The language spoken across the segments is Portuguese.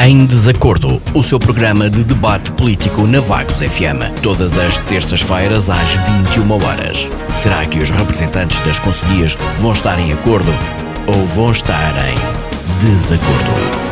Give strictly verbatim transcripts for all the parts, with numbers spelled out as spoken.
Em Desacordo, o seu programa de debate político na Vagos F M. Todas as terças-feiras às vinte e uma horas. Será que os representantes das concelhias vão estar em acordo ou vão estar em desacordo?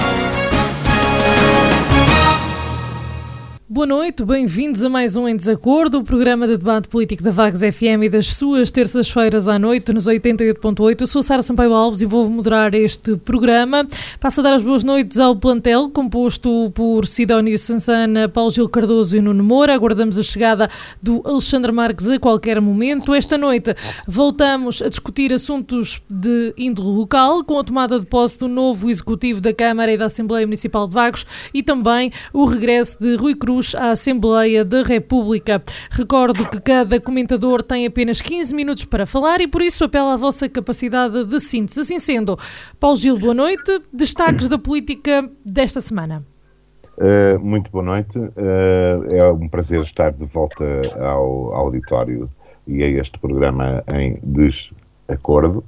Boa noite, bem-vindos a mais um Em Desacordo, o programa de debate político da Vagos F M e das suas terças-feiras à noite nos oitenta e oito ponto oito. Eu sou Sara Sampaio Alves e vou moderar este programa. Passo a dar as boas noites ao plantel, composto por Sidónio Sansana, Paulo Gil Cardoso e Nuno Moura. Aguardamos a chegada do Alexandre Marques a qualquer momento. Esta noite voltamos a discutir assuntos de índole local, com a tomada de posse do novo Executivo da Câmara e da Assembleia Municipal de Vagos e também o regresso de Rui Cruz à Assembleia da República. Recordo que cada comentador tem apenas quinze minutos para falar e por isso apelo à vossa capacidade de síntese. Assim sendo, Paulo Gil, boa noite. Destaques da política desta semana. Uh, muito boa noite. Uh, é um prazer estar de volta ao auditório e a este programa em Desacordo,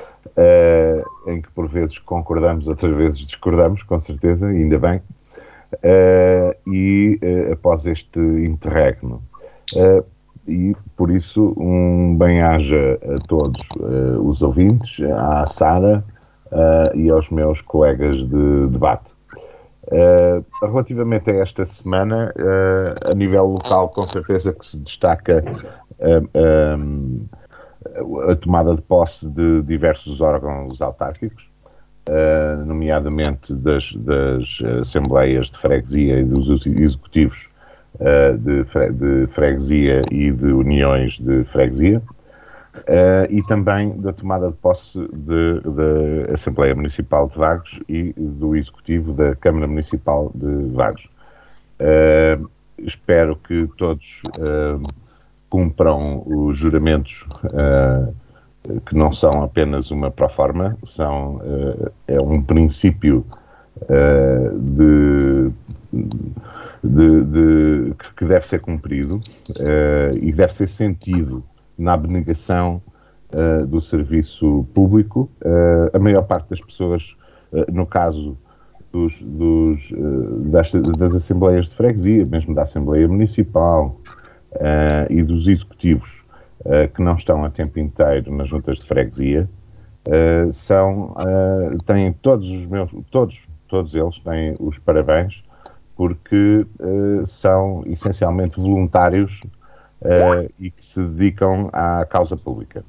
uh, em que por vezes concordamos, outras vezes discordamos, com certeza, ainda bem. Uh, e uh, após este interregno uh, e por isso um bem-aja a todos uh, os ouvintes, à Sara uh, e aos meus colegas de debate. Uh, relativamente a esta semana, uh, a nível local, com certeza que se destaca uh, um, a tomada de posse de diversos órgãos autárquicos, Uh, nomeadamente das, das assembleias de freguesia e dos executivos uh, de, fre- de freguesia e de uniões de freguesia, uh, e também da tomada de posse da Assembleia Municipal de Vagos e do executivo da Câmara Municipal de Vagos. Uh, espero que todos uh, cumpram os juramentos uh, que não são apenas uma proforma, são, uh, é um princípio uh, de, de, de, que deve ser cumprido uh, e deve ser sentido na abnegação uh, do serviço público. Uh, a maior parte das pessoas, uh, no caso dos, dos, uh, das, das assembleias de freguesia, mesmo da Assembleia Municipal uh, e dos executivos, Uh, que não estão a tempo inteiro nas juntas de freguesia, uh, são, uh, têm todos os meus, todos, todos eles têm os parabéns, porque uh, são essencialmente voluntários uh, e que se dedicam à causa pública.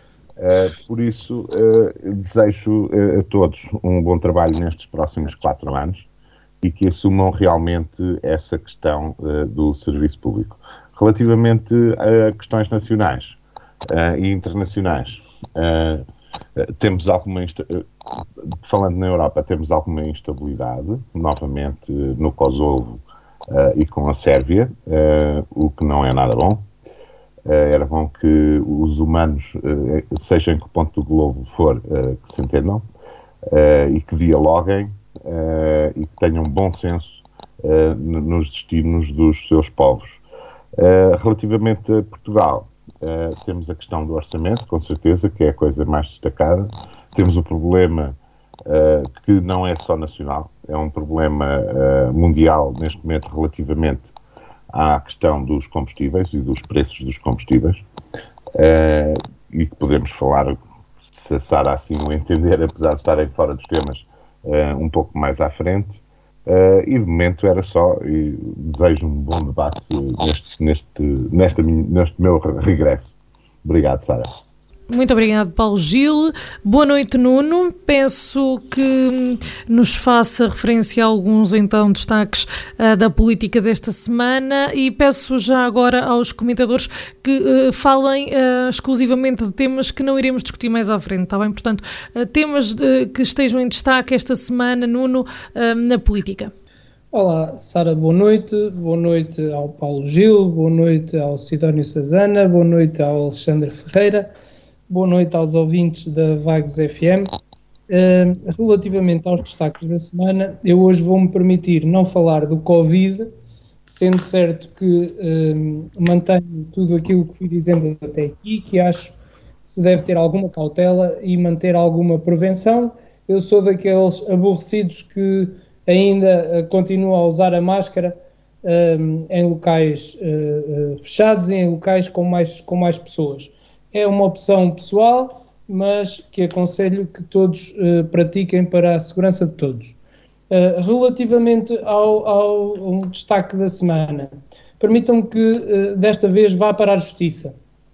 Uh, por isso, uh, desejo uh, a todos um bom trabalho nestes próximos quatro anos e que assumam realmente essa questão uh, do serviço público. Relativamente a questões nacionais uh, e internacionais, uh, uh, temos alguma, insta- uh, falando na Europa, temos alguma instabilidade, novamente uh, no Kosovo uh, e com a Sérvia, uh, o que não é nada bom. Uh, era bom que os humanos, uh, seja em que ponto do globo for, uh, que se entendam uh, e que dialoguem uh, e que tenham bom senso uh, nos destinos dos seus povos. Uh, relativamente a Portugal, uh, temos a questão do orçamento, com certeza, que é a coisa mais destacada. Temos o problema uh, que não é só nacional, é um problema uh, mundial neste momento relativamente à questão dos combustíveis e dos preços dos combustíveis, uh, e que podemos falar, se a Sara assim o entender, apesar de estarem fora dos temas, uh, um pouco mais à frente. Uh, e de momento era só, e desejo um bom debate neste, neste, neste, neste meu regresso. Obrigado, Sara. Muito obrigado, Paulo Gil. Boa noite, Nuno. Peço que nos faça referência a alguns, então, destaques uh, da política desta semana e peço já agora aos comentadores que uh, falem uh, exclusivamente de temas que não iremos discutir mais à frente, está bem? Portanto, uh, temas de, que estejam em destaque esta semana, Nuno, uh, na política. Olá, Sara, boa noite. Boa noite ao Paulo Gil, boa noite ao Sidónio Sansana, boa noite ao Alexandre Ferreira. Boa noite aos ouvintes da Vagos F M. Uh, relativamente aos destaques da semana, eu hoje vou-me permitir não falar do Covid, sendo certo que uh, mantenho tudo aquilo que fui dizendo até aqui, que acho que se deve ter alguma cautela e manter alguma prevenção. Eu sou daqueles aborrecidos que ainda uh, continua a usar a máscara um, em locais uh, uh, fechados e em locais com mais, com mais pessoas. É uma opção pessoal, mas que aconselho que todos uh, pratiquem para a segurança de todos. Uh, relativamente ao, ao, ao destaque da semana, permitam-me que uh, desta vez vá para a Justiça.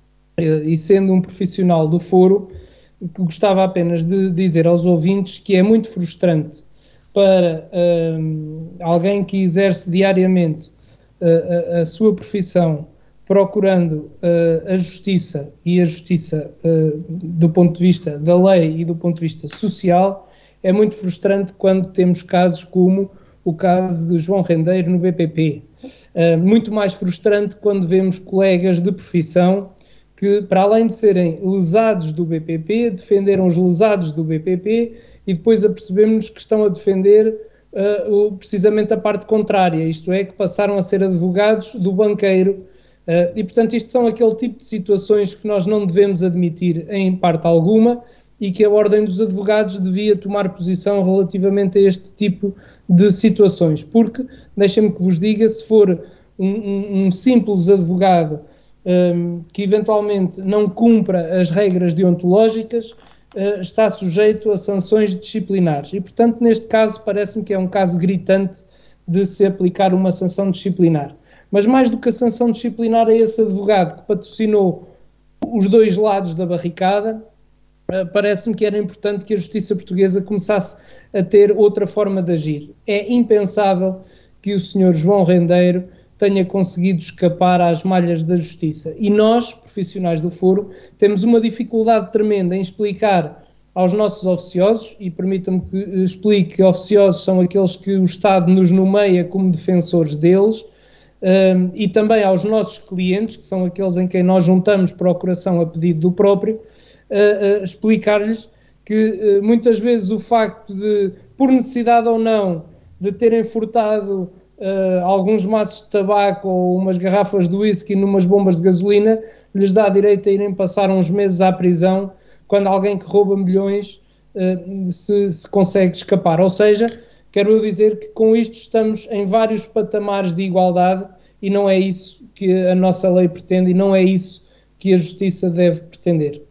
Uh, e sendo um profissional do foro, que gostava apenas de dizer aos ouvintes que é muito frustrante para uh, alguém que exerce diariamente uh, a, a sua profissão procurando uh, a justiça e a justiça uh, do ponto de vista da lei e do ponto de vista social, é muito frustrante quando temos casos como o caso de João Rendeiro no B P P. Uh, muito mais frustrante quando vemos colegas de profissão que, para além de serem lesados do B P P, defenderam os lesados do B P P e depois apercebemos que estão a defender uh, o, precisamente a parte contrária, isto é, que passaram a ser advogados do banqueiro. Uh, e, portanto, isto são aquele tipo de situações que nós não devemos admitir em parte alguma e que a Ordem dos Advogados devia tomar posição relativamente a este tipo de situações. Porque, deixem-me que vos diga, se for um, um, um simples advogado um, que eventualmente não cumpra as regras deontológicas, uh, está sujeito a sanções disciplinares. E, portanto, neste caso, parece-me que é um caso gritante de se aplicar uma sanção disciplinar. Mas mais do que a sanção disciplinar a esse advogado que patrocinou os dois lados da barricada, parece-me que era importante que a justiça portuguesa começasse a ter outra forma de agir. É impensável que o senhor João Rendeiro tenha conseguido escapar às malhas da justiça. E nós, profissionais do foro, temos uma dificuldade tremenda em explicar aos nossos oficiosos, e permitam-me que explique que oficiosos são aqueles que o Estado nos nomeia como defensores deles, Um, e também aos nossos clientes, que são aqueles em quem nós juntamos procuração a pedido do próprio, uh, uh, explicar-lhes que uh, muitas vezes o facto de, por necessidade ou não, de terem furtado uh, alguns maços de tabaco ou umas garrafas de whisky numas bombas de gasolina, lhes dá direito a irem passar uns meses à prisão, quando alguém que rouba milhões uh, se, se consegue escapar. Ou seja, quero dizer que com isto estamos em vários patamares de igualdade e não é isso que a nossa lei pretende e não é isso que a justiça deve pretender.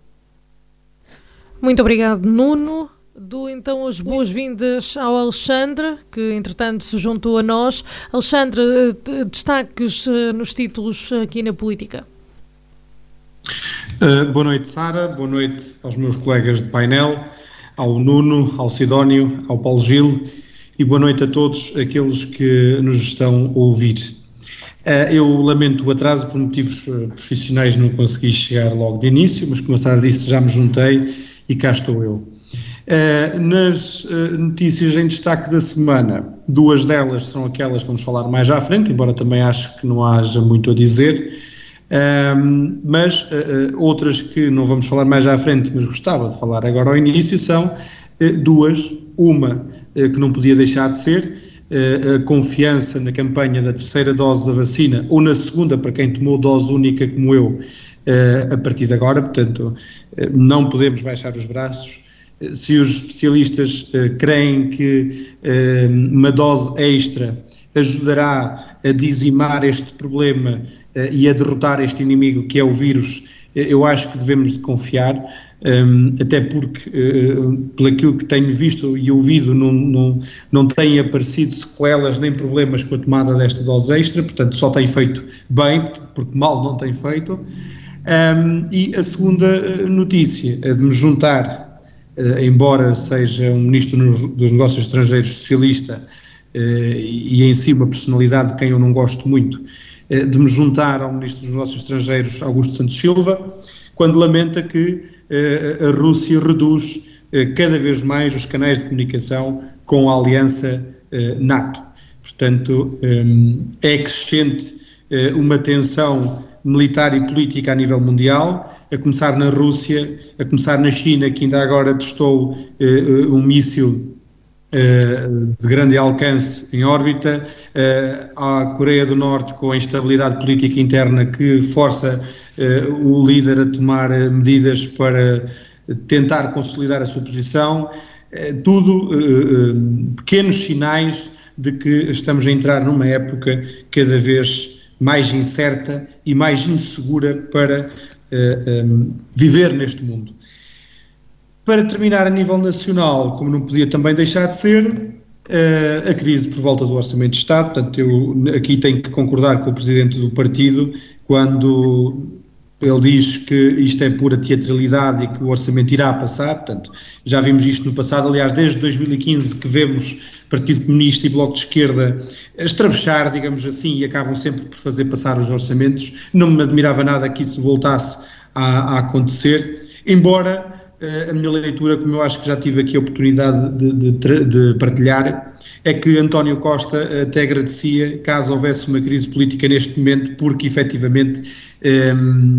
Muito obrigado, Nuno. Dou então as boas-vindas ao Alexandre, que entretanto se juntou a nós. Alexandre, destaques nos títulos aqui na política. Uh, boa noite, Sara, boa noite aos meus colegas de painel, ao Nuno, ao Sidónio, ao Paulo Gil. E boa noite a todos aqueles que nos estão a ouvir. Uh, eu lamento o atraso, por motivos uh, profissionais não consegui chegar logo de início, mas como a Sara disse, já me juntei e cá estou eu. Uh, nas uh, notícias em destaque da semana, duas delas são aquelas que vamos falar mais à frente, embora também acho que não haja muito a dizer, uh, mas uh, outras que não vamos falar mais à frente, mas gostava de falar agora ao início, são uh, duas, uma que não podia deixar de ser a confiança na campanha da terceira dose da vacina, ou na segunda para quem tomou dose única como eu, a partir de agora. Portanto, não podemos baixar os braços. Se os especialistas creem que uma dose extra ajudará a dizimar este problema e a derrotar este inimigo que é o vírus, eu acho que devemos de confiar. Um, até porque, uh, pelo aquilo que tenho visto e ouvido, não, não, não têm aparecido sequelas nem problemas com a tomada desta dose extra, portanto só tem feito bem, porque mal não tem feito. Um, e a segunda notícia, a de me juntar, uh, embora seja um ministro dos Negócios Estrangeiros socialista uh, e em si uma personalidade de quem eu não gosto muito, uh, de me juntar ao ministro dos Negócios Estrangeiros Augusto Santos Silva, quando lamenta que a Rússia reduz cada vez mais os canais de comunicação com a aliança NATO. Portanto, é crescente uma tensão militar e política a nível mundial, a começar na Rússia, a começar na China, que ainda agora testou um míssil de grande alcance em órbita, à Coreia do Norte com a instabilidade política interna que força Uh, o líder a tomar uh, medidas para tentar consolidar a sua posição, tudo pequenos sinais de que estamos a entrar numa época cada vez mais incerta e mais insegura para viver neste mundo. Para terminar, a nível nacional, como não podia também deixar de ser, a crise por volta do Orçamento de Estado. Portanto, eu aqui tenho que concordar com o Presidente do Partido quando ele diz que isto é pura teatralidade e que o Orçamento irá passar. Portanto, já vimos isto no passado, aliás, desde dois mil e quinze que vemos Partido Comunista e Bloco de Esquerda estrabuchar, digamos assim, e acabam sempre por fazer passar os orçamentos. Não me admirava nada que isso voltasse a, a acontecer, embora a minha leitura, como eu acho que já tive aqui a oportunidade de, de, de partilhar, é que António Costa até agradecia caso houvesse uma crise política neste momento, porque efetivamente eh,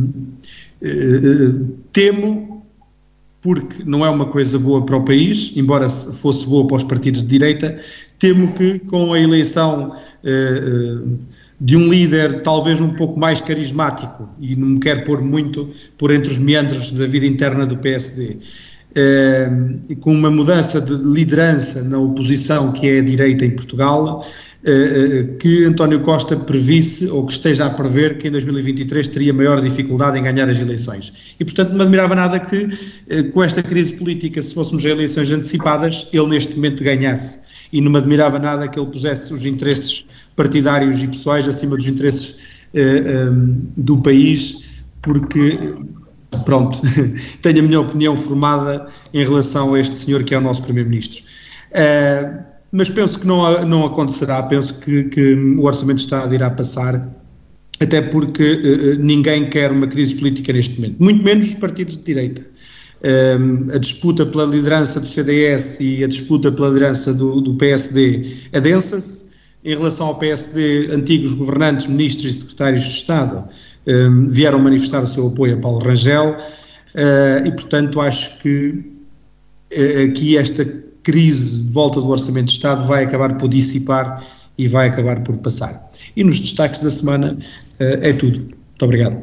eh, temo, porque não é uma coisa boa para o país, embora fosse boa para os partidos de direita, temo que com a eleição eh, de um líder talvez um pouco mais carismático, e não me quero pôr muito por entre os meandros da vida interna do P S D, eh, com uma mudança de liderança na oposição que é a direita em Portugal, eh, que António Costa previsse, ou que esteja a prever, que em dois mil e vinte e três teria maior dificuldade em ganhar as eleições. E portanto não me admirava nada que eh, com esta crise política, se fôssemos a eleições antecipadas, ele neste momento ganhasse. E não me admirava nada que ele pusesse os interesses partidários e pessoais acima dos interesses uh, um, do país, porque, pronto, tenho a minha opinião formada em relação a este senhor que é o nosso Primeiro-Ministro. Uh, mas penso que não, não acontecerá, penso que, que o Orçamento de Estado irá passar, até porque uh, ninguém quer uma crise política neste momento, muito menos os partidos de direita. Um, a disputa pela liderança do C D S e a disputa pela liderança do, do P S D adensa-se. Em relação ao P S D, antigos governantes, ministros e secretários de Estado um, vieram manifestar o seu apoio a Paulo Rangel uh, e, portanto, acho que uh, aqui esta crise de volta do Orçamento de Estado vai acabar por dissipar e vai acabar por passar. E nos destaques da semana uh, é tudo. Muito obrigado.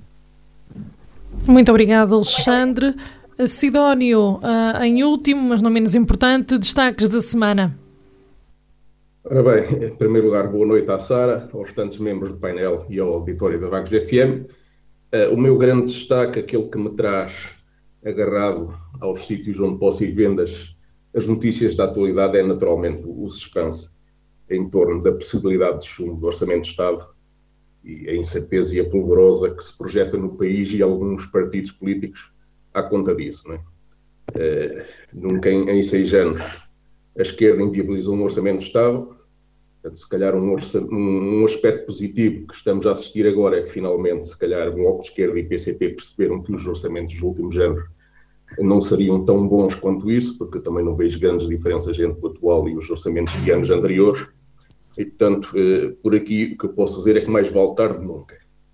Muito obrigado, Alexandre. Sidónio, uh, em último, mas não menos importante, destaques da semana. Ora bem, em primeiro lugar, boa noite à Sara, aos tantos membros do painel e ao auditório da Vagos F M. Uh, o meu grande destaque, aquele que me traz agarrado aos sítios onde posso ir vendo as, as notícias da atualidade, é naturalmente o suspense em torno da possibilidade de chumbo do Orçamento de Estado e a incerteza e a polvorosa que se projeta no país e alguns partidos políticos à conta disso. Não é? Uh, nunca em, em seis anos a esquerda inviabilizou um Orçamento de Estado. Portanto, se calhar um, orça, um, um aspecto positivo que estamos a assistir agora é que finalmente, se calhar, o Bloco de Esquerda e P C P perceberam que os orçamentos dos últimos anos não seriam tão bons quanto isso, porque eu também não vejo grandes diferenças entre o atual e os orçamentos de anos anteriores. E, portanto, eh, por aqui o que eu posso dizer é que mais vale tarde nunca.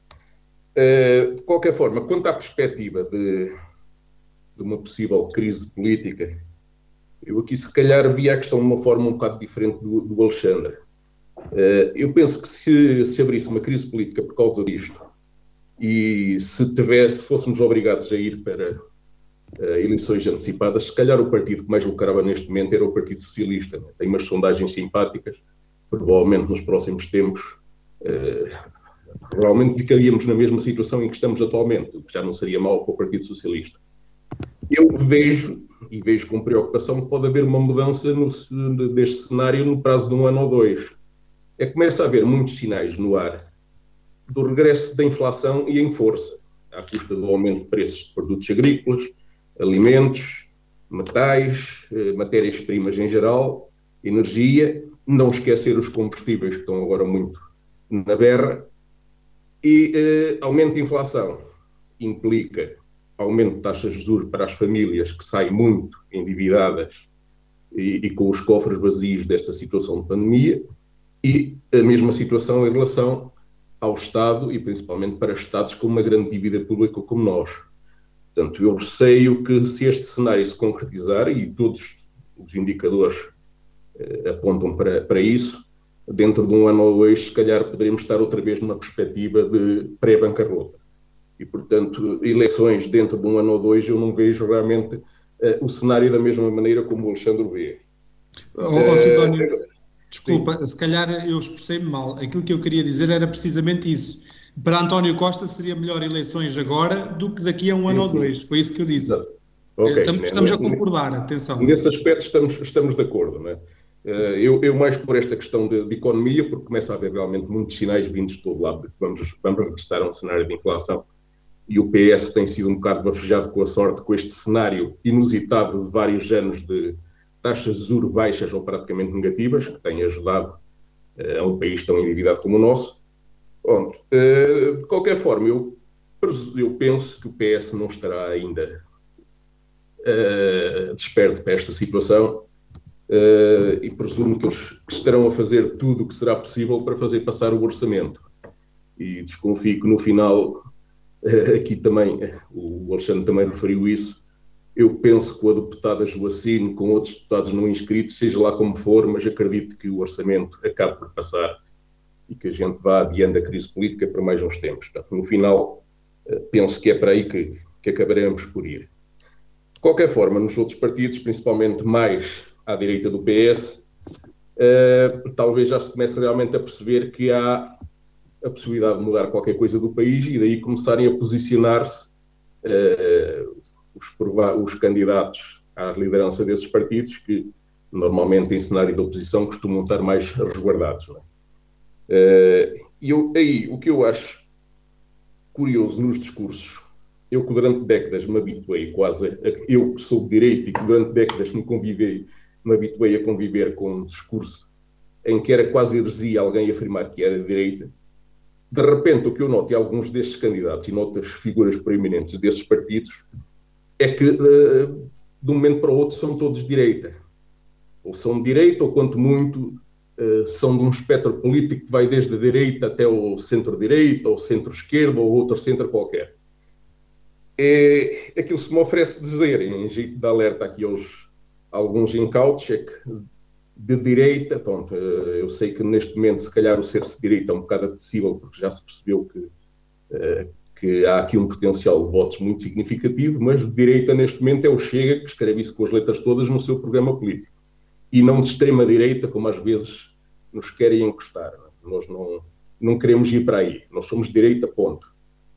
Eh, de qualquer forma, quanto à perspectiva de, de uma possível crise política, eu aqui se calhar via a questão de uma forma um bocado diferente do, do Alexandre. Uh, eu penso que se, se abrisse uma crise política por causa disto e se, tivesse, se fôssemos obrigados a ir para uh, eleições antecipadas, se calhar o partido que mais lucrava neste momento era o Partido Socialista. Né? Tem umas sondagens simpáticas, provavelmente nos próximos tempos uh, provavelmente ficaríamos na mesma situação em que estamos atualmente, o que já não seria mau para o Partido Socialista. Eu vejo, e vejo com preocupação, que pode haver uma mudança no, deste cenário no prazo de um ano ou dois. É que começa a haver muitos sinais no ar do regresso da inflação e em força, à custa do aumento de preços de produtos agrícolas, alimentos, metais, matérias-primas em geral, energia, não esquecer os combustíveis que estão agora muito na berra, e eh, aumento de inflação implica aumento de taxas de juros para as famílias que saem muito endividadas e, e com os cofres vazios desta situação de pandemia, e a mesma situação em relação ao Estado e principalmente para Estados com uma grande dívida pública como nós. Portanto, eu receio que se este cenário se concretizar, e todos os indicadores eh, apontam para, para isso, dentro de um ano ou dois, se calhar poderemos estar outra vez numa perspectiva de pré-bancarrota. E, portanto, eleições dentro de um ano ou dois eu não vejo realmente uh, o cenário da mesma maneira como o Alexandre vê. Oh, oh, Sidónio, uh, desculpa, sim. Se calhar eu expressei-me mal. Aquilo que eu queria dizer era precisamente isso. Para António Costa seria melhor eleições agora do que daqui a um sim, ano sim. ou dois. Foi isso que eu disse. Okay. Estamos, estamos a concordar, atenção. Nesse aspecto estamos, estamos de acordo, não é? Eu, eu mais por esta questão de, de economia, porque começa a haver realmente muitos sinais vindos de todo lado de que vamos, vamos regressar a um cenário de inflação, e o P S tem sido um bocado bafejado com a sorte, com este cenário inusitado de vários anos de taxas de juros baixas ou praticamente negativas, que tem ajudado uh, a um país tão endividado como o nosso. Pronto. Uh, de qualquer forma, eu, eu penso que o P S não estará ainda uh, desperto para esta situação. Uh, e presumo que eles que estarão a fazer tudo o que será possível para fazer passar o orçamento. E desconfio que no final, uh, aqui também, o Alexandre também referiu isso, eu penso que a deputada Joacine, com outros deputados não inscritos, seja lá como for, mas acredito que o orçamento acabe por passar e que a gente vá adiando a crise política por mais uns tempos. Portanto, no final, uh, penso que é para aí que, que acabaremos por ir. De qualquer forma, nos outros partidos, principalmente mais à direita do P S, uh, talvez já se comece realmente a perceber que há a possibilidade de mudar qualquer coisa do país e daí começarem a posicionar-se uh, os, os candidatos à liderança desses partidos que normalmente em cenário de oposição costumam estar mais resguardados. Não é? uh, e eu, aí, o que eu acho curioso nos discursos, eu que durante décadas me habituei quase, a, eu que sou de direita e que durante décadas me convivei me habituei a conviver com um discurso em que era quase heresia alguém afirmar que era de direita. De repente, o que eu noto em alguns destes candidatos e noto as figuras proeminentes desses partidos é que, uh, de um momento para o outro, são todos de direita. Ou são de direita, ou quanto muito, uh, são de um espectro político que vai desde a direita até o centro-direita, ou centro-esquerda, ou outro centro qualquer. É, aquilo se me oferece dizer, em jeito de alerta aqui aos alguns incautos, é que de direita, pronto, eu sei que neste momento se calhar o ser-se de direita é um bocado apetecível, porque já se percebeu que, uh, que há aqui um potencial de votos muito significativo, mas de direita neste momento é o Chega, que escreve isso com as letras todas no seu programa político. E não de extrema direita, como às vezes nos querem encostar. Nós não, não queremos ir para aí. Nós somos de direita, ponto.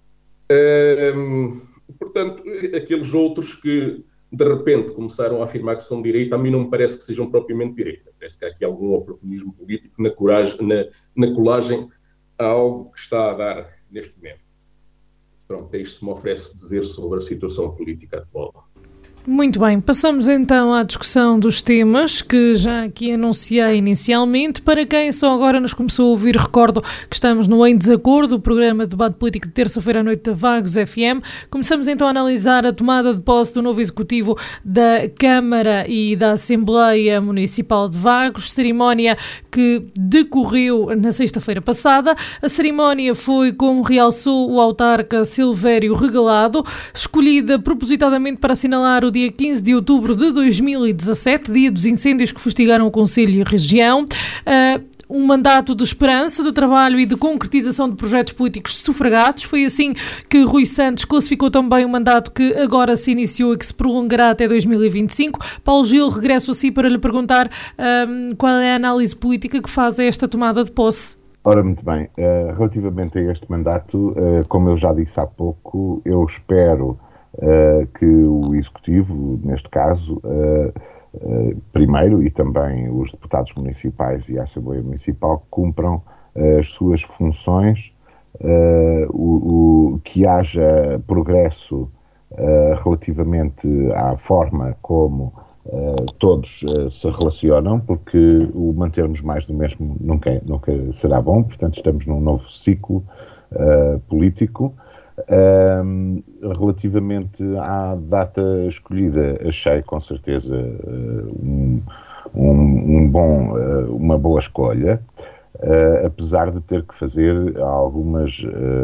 Uh, portanto, aqueles outros que de repente começaram a afirmar que são de direita, a mim não me parece que sejam propriamente de direita. Parece que há aqui algum oportunismo político na, coragem, na, na colagem a algo que está a dar neste momento. Pronto, é isto que me oferece dizer sobre a situação política atual. Muito bem, passamos então à discussão dos temas que já aqui anunciei inicialmente. Para quem só agora nos começou a ouvir, recordo que estamos no Em Desacordo, o programa de debate político de terça-feira à noite da Vagos F M. Começamos então a analisar a tomada de posse do novo executivo da Câmara e da Assembleia Municipal de Vagos, cerimónia que decorreu na sexta-feira passada. A cerimónia foi, como realçou o autarca Silvério Regalado, escolhida propositadamente para assinalar o dia quinze de outubro de dois mil e dezassete, dia dos incêndios que fustigaram o Concelho e a região. Uh, um mandato de esperança, de trabalho e de concretização de projetos políticos sufragados. Foi assim que Rui Santos classificou também o mandato que agora se iniciou e que se prolongará até dois mil e vinte e cinco. Paulo Gil, regresso a si para lhe perguntar um, qual é a análise política que faz a esta tomada de posse. Ora, muito bem. Uh, relativamente a este mandato, uh, como eu já disse há pouco, eu espero Uh, que o Executivo, neste caso, uh, uh, primeiro, e também os deputados municipais e a Assembleia Municipal, cumpram uh, as suas funções, uh, o, o, que haja progresso uh, relativamente à forma como uh, todos uh, se relacionam, porque o mantermos mais do mesmo nunca, nunca será bom. Portanto, estamos num novo ciclo uh, político. Um, relativamente à data escolhida, achei com certeza uh, um, um, um bom, uh, uma boa escolha, uh, apesar de ter que fazer algumas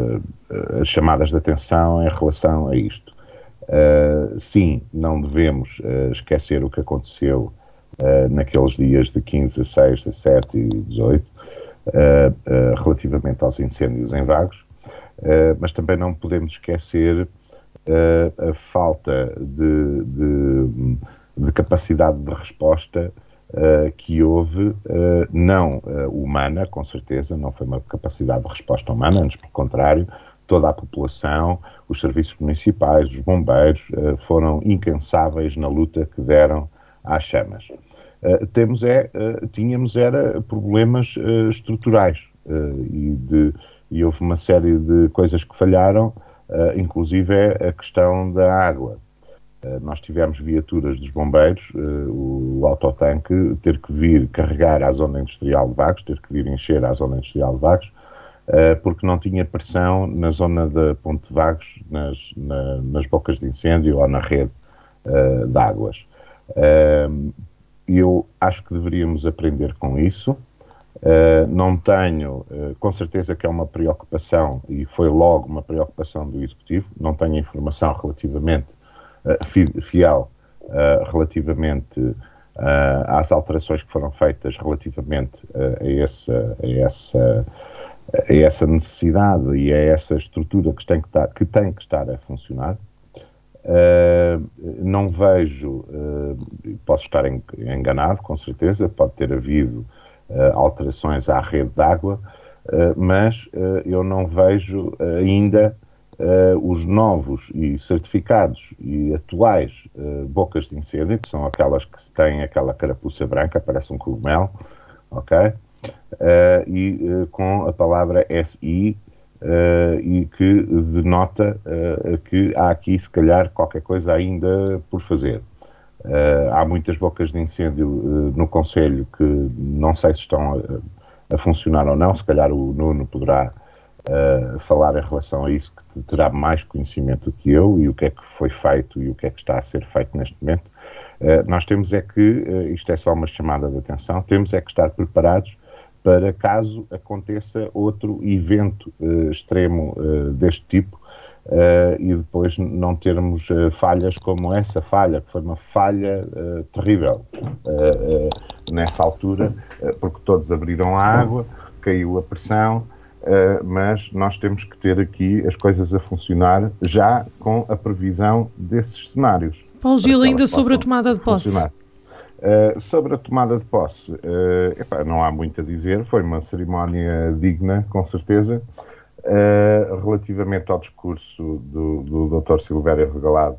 uh, chamadas de atenção em relação a isto. Uh, sim, não devemos uh, esquecer o que aconteceu uh, naqueles dias de quinze, dezasseis, dezassete e dezoito, uh, uh, relativamente aos incêndios em Vagos. Uh, mas também não podemos esquecer uh, a falta de, de, de capacidade de resposta uh, que houve, uh, não uh, humana, com certeza, não foi uma capacidade de resposta humana, antes pelo contrário, toda a população, os serviços municipais, os bombeiros, uh, foram incansáveis na luta que deram às chamas. Uh, temos é, uh, tínhamos era problemas uh, estruturais uh, e, de, e houve uma série de coisas que falharam, uh, inclusive é a questão da água. Uh, nós tivemos viaturas dos bombeiros, uh, o, o autotanque ter que vir carregar à zona industrial de Vagos, ter que vir encher à zona industrial de Vagos, uh, porque não tinha pressão na zona da Ponte de Vagos, nas, na, nas bocas de incêndio ou na rede uh, de águas. Uh, eu acho que deveríamos aprender com isso. Uh, não tenho, uh, com certeza que é uma preocupação, e foi logo uma preocupação do Executivo, não tenho informação relativamente uh, fi- fiel uh, relativamente uh, às alterações que foram feitas relativamente uh, a, essa, a, essa, a essa necessidade e a essa estrutura que tem que estar, que tem que estar a funcionar. Uh, não vejo, uh, posso estar enganado, com certeza, pode ter havido uh, alterações à rede de água, uh, mas uh, eu não vejo ainda uh, os novos e certificados e atuais uh, bocas de incêndio, que são aquelas que têm aquela carapuça branca, parece um cogumelo, ok? Uh, e uh, com a palavra S I, Uh, e que denota uh, que há aqui, se calhar, qualquer coisa ainda por fazer. Uh, há muitas bocas de incêndio uh, no Conselho que não sei se estão a, a funcionar ou não, se calhar o Nuno poderá uh, falar em relação a isso, que terá mais conhecimento do que eu, e o que é que foi feito e o que é que está a ser feito neste momento. Uh, nós temos é que, uh, isto é só uma chamada de atenção, temos é que estar preparados para caso aconteça outro evento uh, extremo uh, deste tipo uh, e depois não termos uh, falhas como essa falha, que foi uma falha uh, terrível uh, uh, nessa altura, uh, porque todos abriram a água, caiu a pressão, uh, mas nós temos que ter aqui as coisas a funcionar já com a previsão desses cenários. Paulo Gil, ainda sobre a tomada de posse. Funcionar. Uh, sobre a tomada de posse, uh, epá, não há muito a dizer, foi uma cerimónia digna, com certeza. Uh, relativamente ao discurso do, do doutor Silvério Regalado,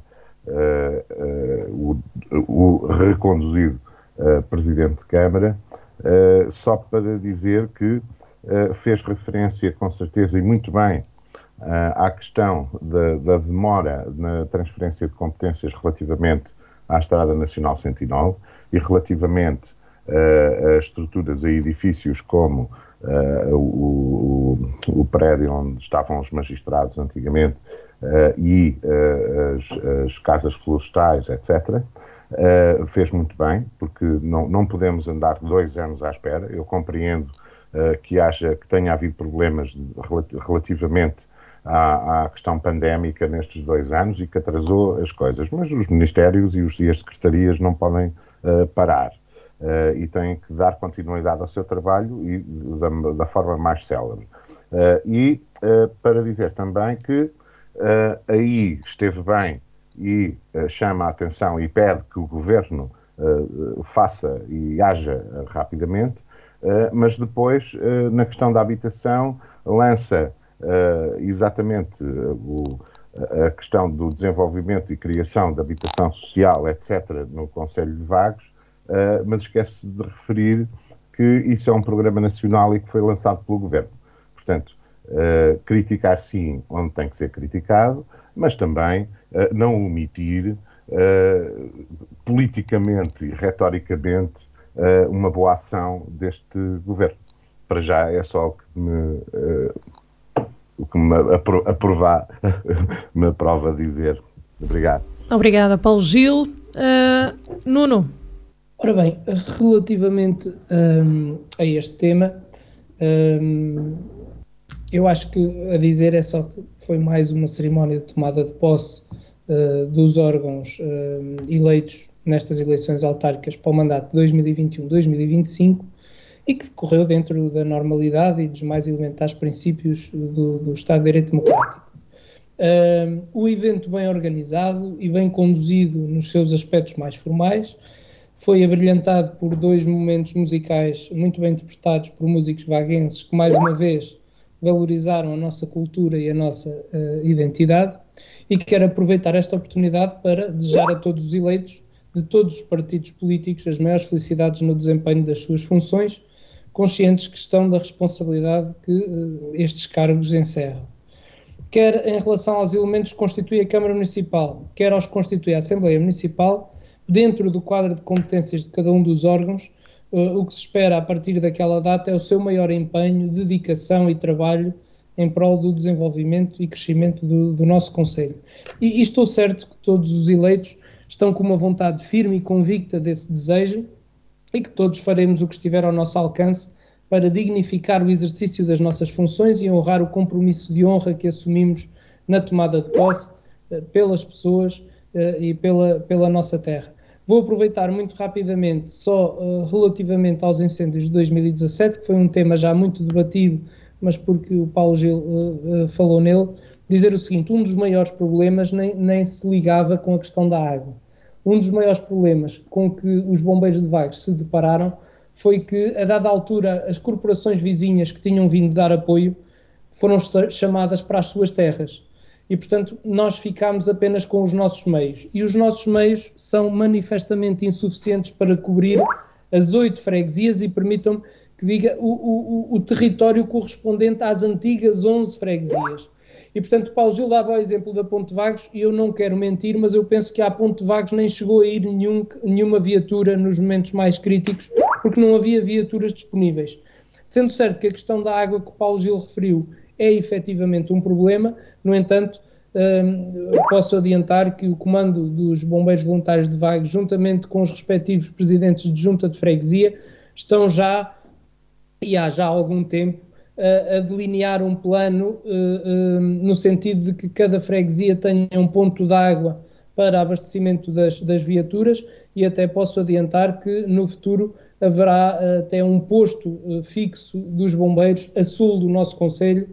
uh, uh, o, o reconduzido uh, Presidente de Câmara, uh, só para dizer que uh, fez referência, com certeza, e muito bem, uh, à questão da, da demora na transferência de competências relativamente à Estrada Nacional cento e nove, e relativamente uh, a estruturas, a edifícios como uh, o, o, o prédio onde estavam os magistrados antigamente uh, e uh, as, as casas florestais, etcétera, uh, fez muito bem, porque não, não podemos andar dois anos à espera. Eu compreendo uh, que, haja, que tenha havido problemas de, relativamente À, à questão pandémica nestes dois anos e que atrasou as coisas, mas os ministérios e, os, e as secretarias não podem uh, parar uh, e têm que dar continuidade ao seu trabalho e da, da forma mais célere. Uh, e uh, para dizer também que uh, aí esteve bem e uh, chama a atenção e pede que o Governo uh, faça e haja uh, rapidamente, uh, mas depois, uh, na questão da habitação, lança Uh, exatamente uh, o, a questão do desenvolvimento e criação de habitação social, etcétera, no Conselho de Vagos, uh, mas esquece de referir que isso é um programa nacional e que foi lançado pelo Governo. Portanto, uh, criticar sim onde tem que ser criticado, mas também uh, não omitir uh, politicamente e retoricamente uh, uma boa ação deste Governo. Para já é só o que me... Uh, o que me aprovar me aprova dizer. Obrigado. Obrigada, Paulo Gil. Uh, Nuno. Ora bem, relativamente um, a este tema, um, eu acho que a dizer é só que foi mais uma cerimónia de tomada de posse uh, dos órgãos uh, eleitos nestas eleições autárquicas para o mandato de dois mil e vinte e um a dois mil e vinte e cinco, e que decorreu dentro da normalidade e dos mais elementares princípios do, do Estado de Direito Democrático. Uh, o evento bem organizado e bem conduzido nos seus aspectos mais formais, foi abrilhantado por dois momentos musicais muito bem interpretados por músicos vaguenses que, mais uma vez, valorizaram a nossa cultura e a nossa uh, identidade, e que quero aproveitar esta oportunidade para desejar a todos os eleitos de todos os partidos políticos as maiores felicidades no desempenho das suas funções, conscientes que estão da responsabilidade que uh, estes cargos encerram. Quer em relação aos elementos que constituem a Câmara Municipal, quer aos que constituem a Assembleia Municipal, dentro do quadro de competências de cada um dos órgãos, uh, o que se espera a partir daquela data é o seu maior empenho, dedicação e trabalho em prol do desenvolvimento e crescimento do, do nosso Conselho. E, e estou certo que todos os eleitos estão com uma vontade firme e convicta desse desejo, e que todos faremos o que estiver ao nosso alcance para dignificar o exercício das nossas funções e honrar o compromisso de honra que assumimos na tomada de posse uh, pelas pessoas uh, e pela, pela nossa terra. Vou aproveitar muito rapidamente, só uh, relativamente aos incêndios de dois mil e dezassete, que foi um tema já muito debatido, mas porque o Paulo Gil uh, uh, falou nele, dizer o seguinte: um dos maiores problemas nem, nem se ligava com a questão da água. Um dos maiores problemas com que os bombeiros de Vagos se depararam foi que, a dada altura, as corporações vizinhas que tinham vindo dar apoio foram chamadas para as suas terras. E, portanto, nós ficámos apenas com os nossos meios. E os nossos meios são manifestamente insuficientes para cobrir as oito freguesias, e permitam-me que diga o, o, o território correspondente às antigas onze freguesias. E, portanto, Paulo Gil dava o exemplo da Ponte Vagos, e eu não quero mentir, mas eu penso que à Ponte Vagos nem chegou a ir nenhum, nenhuma viatura nos momentos mais críticos, porque não havia viaturas disponíveis. Sendo certo que a questão da água que o Paulo Gil referiu é efetivamente um problema, no entanto, hum, posso adiantar que o comando dos Bombeiros Voluntários de Vagos, juntamente com os respectivos presidentes de junta de freguesia, estão já, e há já algum tempo, a, a delinear um plano uh, uh, no sentido de que cada freguesia tenha um ponto de água para abastecimento das, das viaturas, e até posso adiantar que no futuro haverá uh, até um posto uh, fixo dos bombeiros a sul do nosso concelho,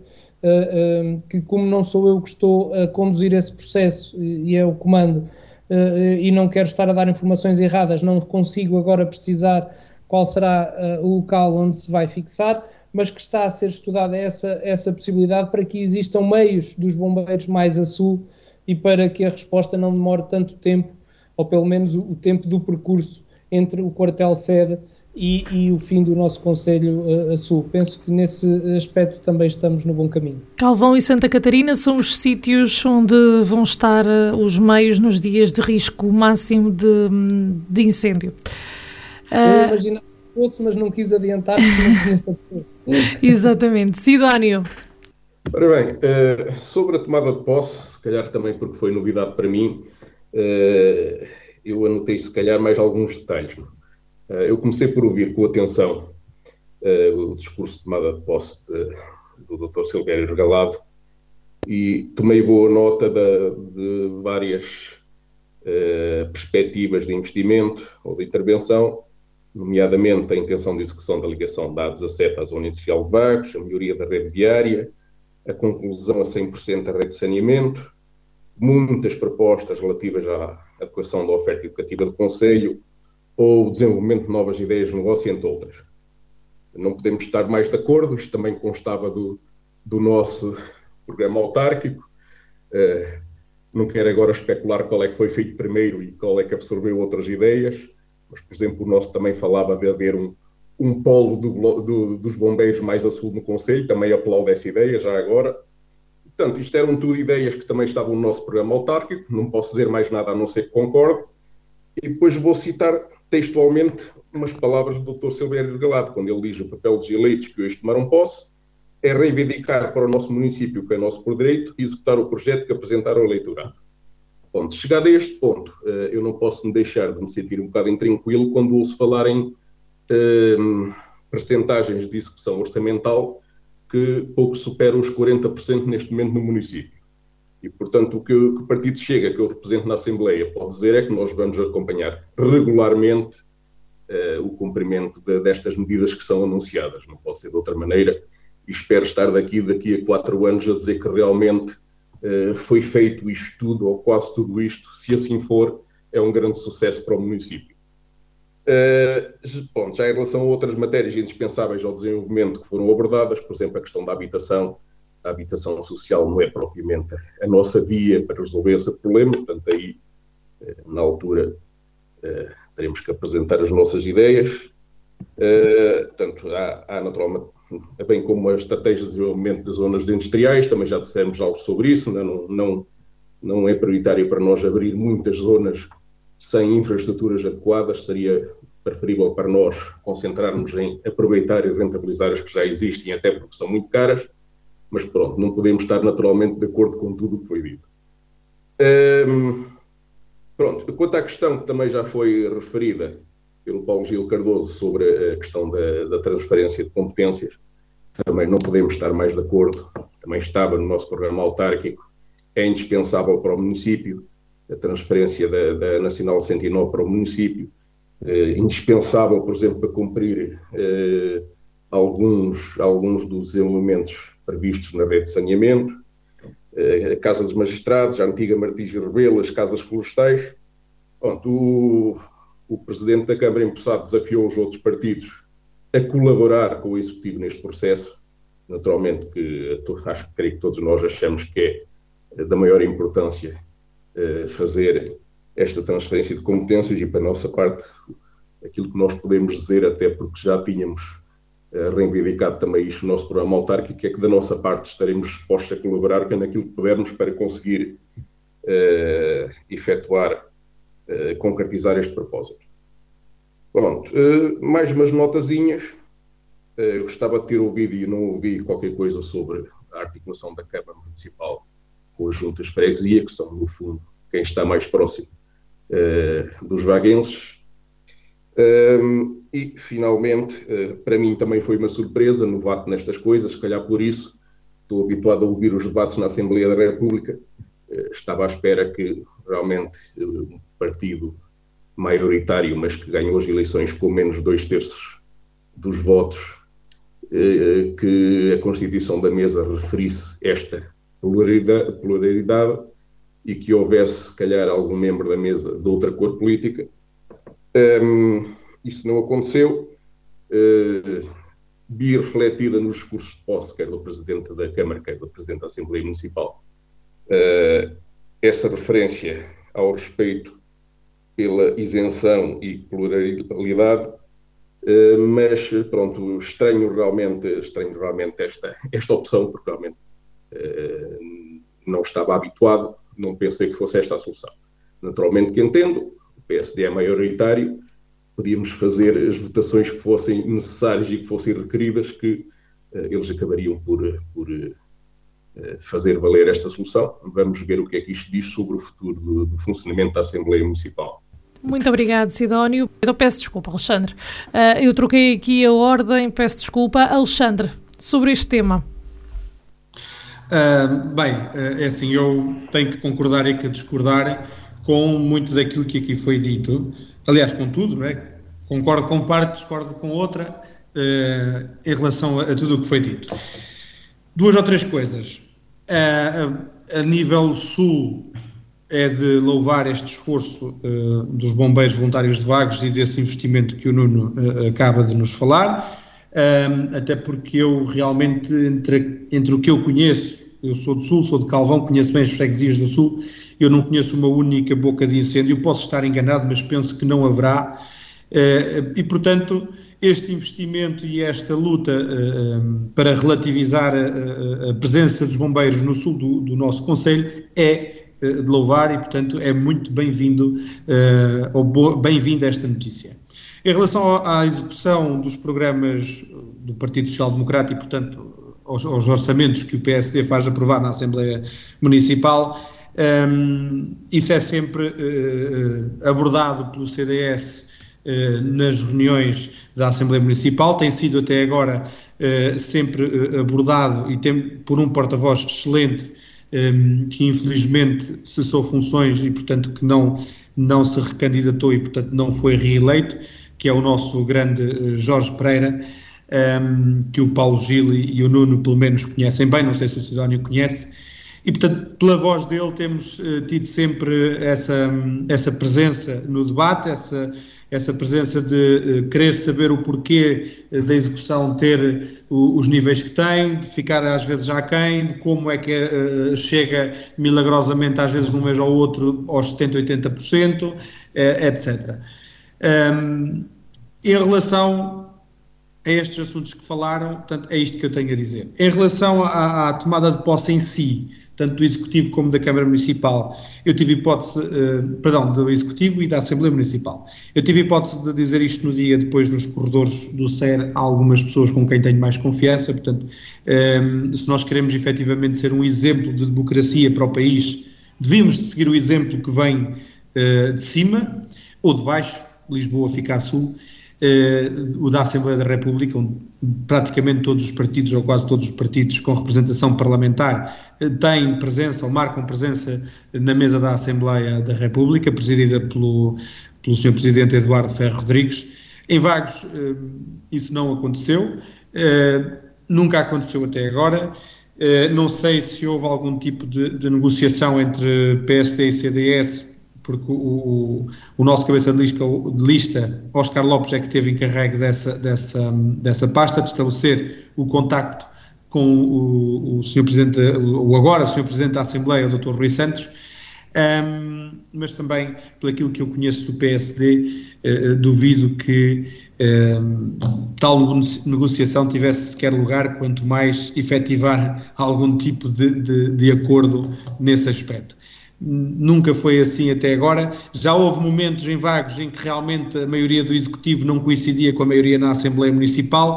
uh, uh, que, como não sou eu que estou a conduzir esse processo e é o comando, uh, e não quero estar a dar informações erradas, não consigo agora precisar qual será uh, o local onde se vai fixar, mas que está a ser estudada essa, essa possibilidade para que existam meios dos bombeiros mais a sul e para que a resposta não demore tanto tempo, ou pelo menos o, o tempo do percurso entre o quartel-sede e, e o fim do nosso concelho uh, a sul. Penso que nesse aspecto também estamos no bom caminho. Calvão e Santa Catarina são os sítios onde vão estar uh, os meios nos dias de risco máximo de, de incêndio. Uh... Eu imaginava que fosse, mas não quis adiantar porque não conheço a pessoa. Exatamente. Sidónio. Ora bem, uh, sobre a tomada de posse, se calhar também porque foi novidade para mim, uh, eu anotei se calhar mais alguns detalhes. Uh, eu comecei por ouvir com atenção uh, o discurso de tomada de posse de, do doutor Silvério Regalado e tomei boa nota de, de várias uh, perspectivas de investimento ou de intervenção, nomeadamente a intenção de execução da ligação da A dezassete à Zona Industrial de Vagos, a melhoria da rede viária, a conclusão a cem por cento da rede de saneamento, muitas propostas relativas à adequação da oferta educativa do Concelho ou o desenvolvimento de novas ideias de negócio, entre outras. Não podemos estar mais de acordo, isto também constava do, do nosso programa autárquico. Uh, não quero agora especular qual é que foi feito primeiro e qual é que absorveu outras ideias, mas, por exemplo, o nosso também falava de haver um, um polo do, do, dos bombeiros mais a sul no Concelho, também aplaudo essa ideia já agora. Portanto, isto eram tudo ideias que também estavam no nosso programa autárquico, não posso dizer mais nada a não ser que concordo, e depois vou citar textualmente umas palavras do doutor Silvério Regalado, quando ele diz: o papel dos eleitos que hoje tomaram posse é reivindicar para o nosso município, que é nosso por direito, e executar o projeto que apresentaram ao eleitorado. Ponto. Chegado a este ponto, eu não posso me deixar de me sentir um bocado intranquilo quando ouço falar em um, percentagens de execução orçamental que pouco supera os quarenta por cento neste momento no município. E, portanto, o que, que o partido Chega, que eu represento na Assembleia, pode dizer é que nós vamos acompanhar regularmente uh, o cumprimento de, destas medidas que são anunciadas. Não pode ser de outra maneira. E espero estar daqui, daqui a quatro anos a dizer que realmente uh, foi feito isto tudo, ou quase tudo isto. Se assim for, é um grande sucesso para o município. Uh, bom, já em relação a outras matérias indispensáveis ao desenvolvimento que foram abordadas, por exemplo, a questão da habitação, a habitação social não é propriamente a nossa via para resolver esse problema, portanto aí, uh, na altura, uh, teremos que apresentar as nossas ideias. Uh, portanto, há, há naturalmente, bem como a estratégia de desenvolvimento das zonas industriais, também já dissemos algo sobre isso, não, não, não é prioritário para nós abrir muitas zonas sem infraestruturas adequadas, seria preferível para nós concentrarmos em aproveitar e rentabilizar as que já existem, até porque são muito caras, mas pronto, não podemos estar naturalmente de acordo com tudo o que foi dito. Um, pronto, quanto à questão que também já foi referida pelo Paulo Gil Cardoso sobre a questão da, da transferência de competências, também não podemos estar mais de acordo, também estava no nosso programa autárquico, é indispensável para o município, a transferência da, da Nacional cento e nove para o município, eh, indispensável, por exemplo, para cumprir eh, alguns, alguns dos desenvolvimentos previstos na rede de saneamento, eh, a Casa dos Magistrados, a antiga Martins e Rebelo, as casas florestais. Pronto, o, o Presidente da Câmara Empossado desafiou os outros partidos a colaborar com o Executivo neste processo. Naturalmente, que acho que creio que todos nós achamos que é da maior importância fazer esta transferência de competências e, para a nossa parte, aquilo que nós podemos dizer, até porque já tínhamos reivindicado também isto no nosso programa autárquico, é que da nossa parte estaremos dispostos a colaborar naquilo que pudermos para conseguir uh, efetuar, uh, concretizar este propósito. Pronto, uh, mais umas notazinhas. Uh, eu gostava de ter ouvido e não ouvi qualquer coisa sobre a articulação da Câmara Municipal com as juntas de freguesia, que são, no fundo, quem está mais próximo uh, dos vaguenses. Um, e, finalmente, uh, para mim também foi uma surpresa, novato nestas coisas, se calhar por isso, estou habituado a ouvir os debates na Assembleia da República, uh, estava à espera que, realmente, uh, um partido maioritário, mas que ganhou as eleições com menos de dois terços dos votos, uh, que a constituição da mesa referisse esta pluralidade, pluralidade e que houvesse, se calhar, algum membro da mesa de outra cor política. Um, isso não aconteceu. Uh, vi refletida nos discursos de posse, quer do Presidente da Câmara, quer do Presidente da Assembleia Municipal, uh, essa referência ao respeito pela isenção e pluralidade, uh, mas, pronto, estranho realmente, estranho realmente esta, esta opção, porque realmente uh, não estava habituado, não pensei que fosse esta a solução. Naturalmente que entendo, o P S D é maioritário, podíamos fazer as votações que fossem necessárias e que fossem requeridas, que uh, eles acabariam por, por uh, fazer valer esta solução. Vamos ver o que é que isto diz sobre o futuro do, do funcionamento da Assembleia Municipal. Muito obrigado, Sidónio. Eu peço desculpa, Alexandre. Uh, eu troquei aqui a ordem, peço desculpa. Alexandre, sobre este tema. Uh, bem, uh, é assim, eu tenho que concordar e que discordar com muito daquilo que aqui foi dito. Aliás, com tudo, não é? Concordo com parte, discordo com outra, uh, em relação a, a tudo o que foi dito. Duas ou três coisas. Uh, a, a nível sul, é de louvar este esforço uh, dos bombeiros voluntários de Vagos e desse investimento que o Nuno uh, acaba de nos falar, uh, até porque eu realmente, entre, entre o que eu conheço, eu sou do Sul, sou de Calvão, conheço bem as freguesias do Sul, eu não conheço uma única boca de incêndio, posso estar enganado, mas penso que não haverá, uh, e portanto este investimento e esta luta uh, para relativizar a, a, a presença dos bombeiros no Sul do, do nosso concelho é de louvar e, portanto, é muito bem-vindo, uh, ou bem-vinda esta notícia. Em relação à execução dos programas do Partido Social Democrata e, portanto, aos, aos orçamentos que o P S D faz aprovar na Assembleia Municipal, um, isso é sempre uh, abordado pelo C D S uh, nas reuniões da Assembleia Municipal, tem sido até agora uh, sempre uh, abordado e tem por um porta-voz excelente, Um, que infelizmente cessou funções e, portanto, que não, não se recandidatou e, portanto, não foi reeleito, que é o nosso grande uh, Jorge Pereira, um, que o Paulo Gil e, e o Nuno, pelo menos, conhecem bem, não sei se o Sidónio conhece, e, portanto, pela voz dele temos uh, tido sempre essa, essa presença no debate, essa, essa presença de uh, querer saber o porquê uh, da execução ter uh, os níveis que tem, de ficar às vezes aquém, de como é que uh, chega milagrosamente às vezes de um mês ao outro aos setenta por cento, oitenta por cento, uh, etcétera. Um, em relação a estes assuntos que falaram, portanto, é isto que eu tenho a dizer. Em relação à, à tomada de posse em si, tanto do Executivo como da Câmara Municipal, eu tive hipótese, uh, perdão, do Executivo e da Assembleia Municipal. Eu tive hipótese de dizer isto no dia depois nos corredores do S E R a algumas pessoas com quem tenho mais confiança, portanto, um, se nós queremos efetivamente ser um exemplo de democracia para o país, devíamos de seguir o exemplo que vem uh, de cima ou de baixo, Lisboa fica a sul, Uh, o da Assembleia da República, onde praticamente todos os partidos, ou quase todos os partidos com representação parlamentar, uh, têm presença ou marcam presença na mesa da Assembleia da República, presidida pelo, pelo senhor Presidente Eduardo Ferro Rodrigues. Em Vagos uh, isso não aconteceu, uh, nunca aconteceu até agora. Uh, não sei se houve algum tipo de, de negociação entre P S D e C D S, porque o, o, o nosso cabeça de lista, de lista, Óscar Lopes, é que teve encarregue dessa, dessa, dessa pasta, de estabelecer o contacto com o, o senhor Presidente, o agora senhor Presidente da Assembleia, o doutor Rui Santos, um, mas também, por aquilo que eu conheço do P S D, uh, duvido que um, tal negociação tivesse sequer lugar, quanto mais efetivar algum tipo de, de, de acordo nesse aspecto. Nunca foi assim até agora. Já houve momentos em Vagos em que realmente a maioria do Executivo não coincidia com a maioria na Assembleia Municipal,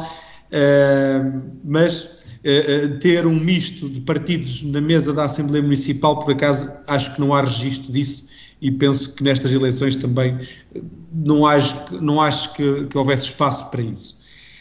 uh, mas uh, ter um misto de partidos na mesa da Assembleia Municipal, por acaso, acho que não há registro disso, e penso que nestas eleições também não acho, não acho que, que houvesse espaço para isso.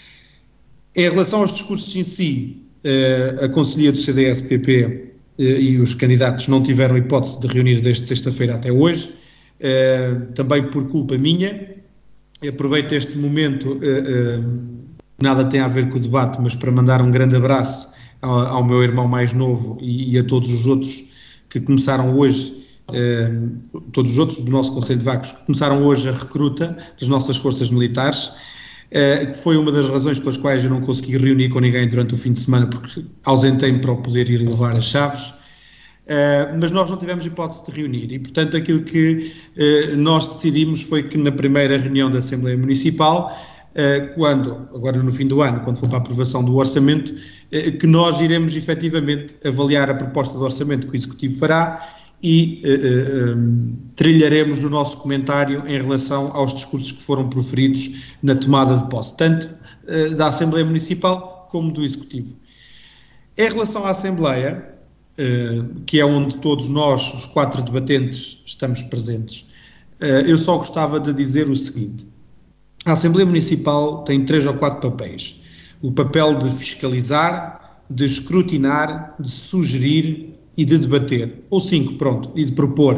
Em relação aos discursos em si, uh, a Conselhia do C D S-P P e os candidatos não tiveram hipótese de reunir desde sexta-feira até hoje, uh, também por culpa minha. Aproveito este momento, uh, uh, nada tem a ver com o debate, mas para mandar um grande abraço ao, ao meu irmão mais novo e, e a todos os outros que começaram hoje, uh, todos os outros do nosso Conselho de Vagos, que começaram hoje a recruta das nossas forças militares, uh, que foi uma das razões pelas quais eu não consegui reunir com ninguém durante o fim de semana, porque ausentei-me para poder ir levar as chaves, uh, mas nós não tivemos hipótese de reunir e, portanto, aquilo que uh, nós decidimos foi que na primeira reunião da Assembleia Municipal, uh, quando, agora no fim do ano, quando for para a aprovação do orçamento, uh, que nós iremos efetivamente avaliar a proposta de orçamento que o Executivo fará e uh, um, trilharemos o nosso comentário em relação aos discursos que foram proferidos na tomada de posse, tanto uh, da Assembleia Municipal como do Executivo. Em relação à Assembleia, uh, que é onde todos nós, os quatro debatentes, estamos presentes, uh, eu só gostava de dizer o seguinte: a Assembleia Municipal tem três ou quatro papéis. O papel de fiscalizar, de escrutinar, de sugerir e de debater, ou cinco, pronto, e de propor.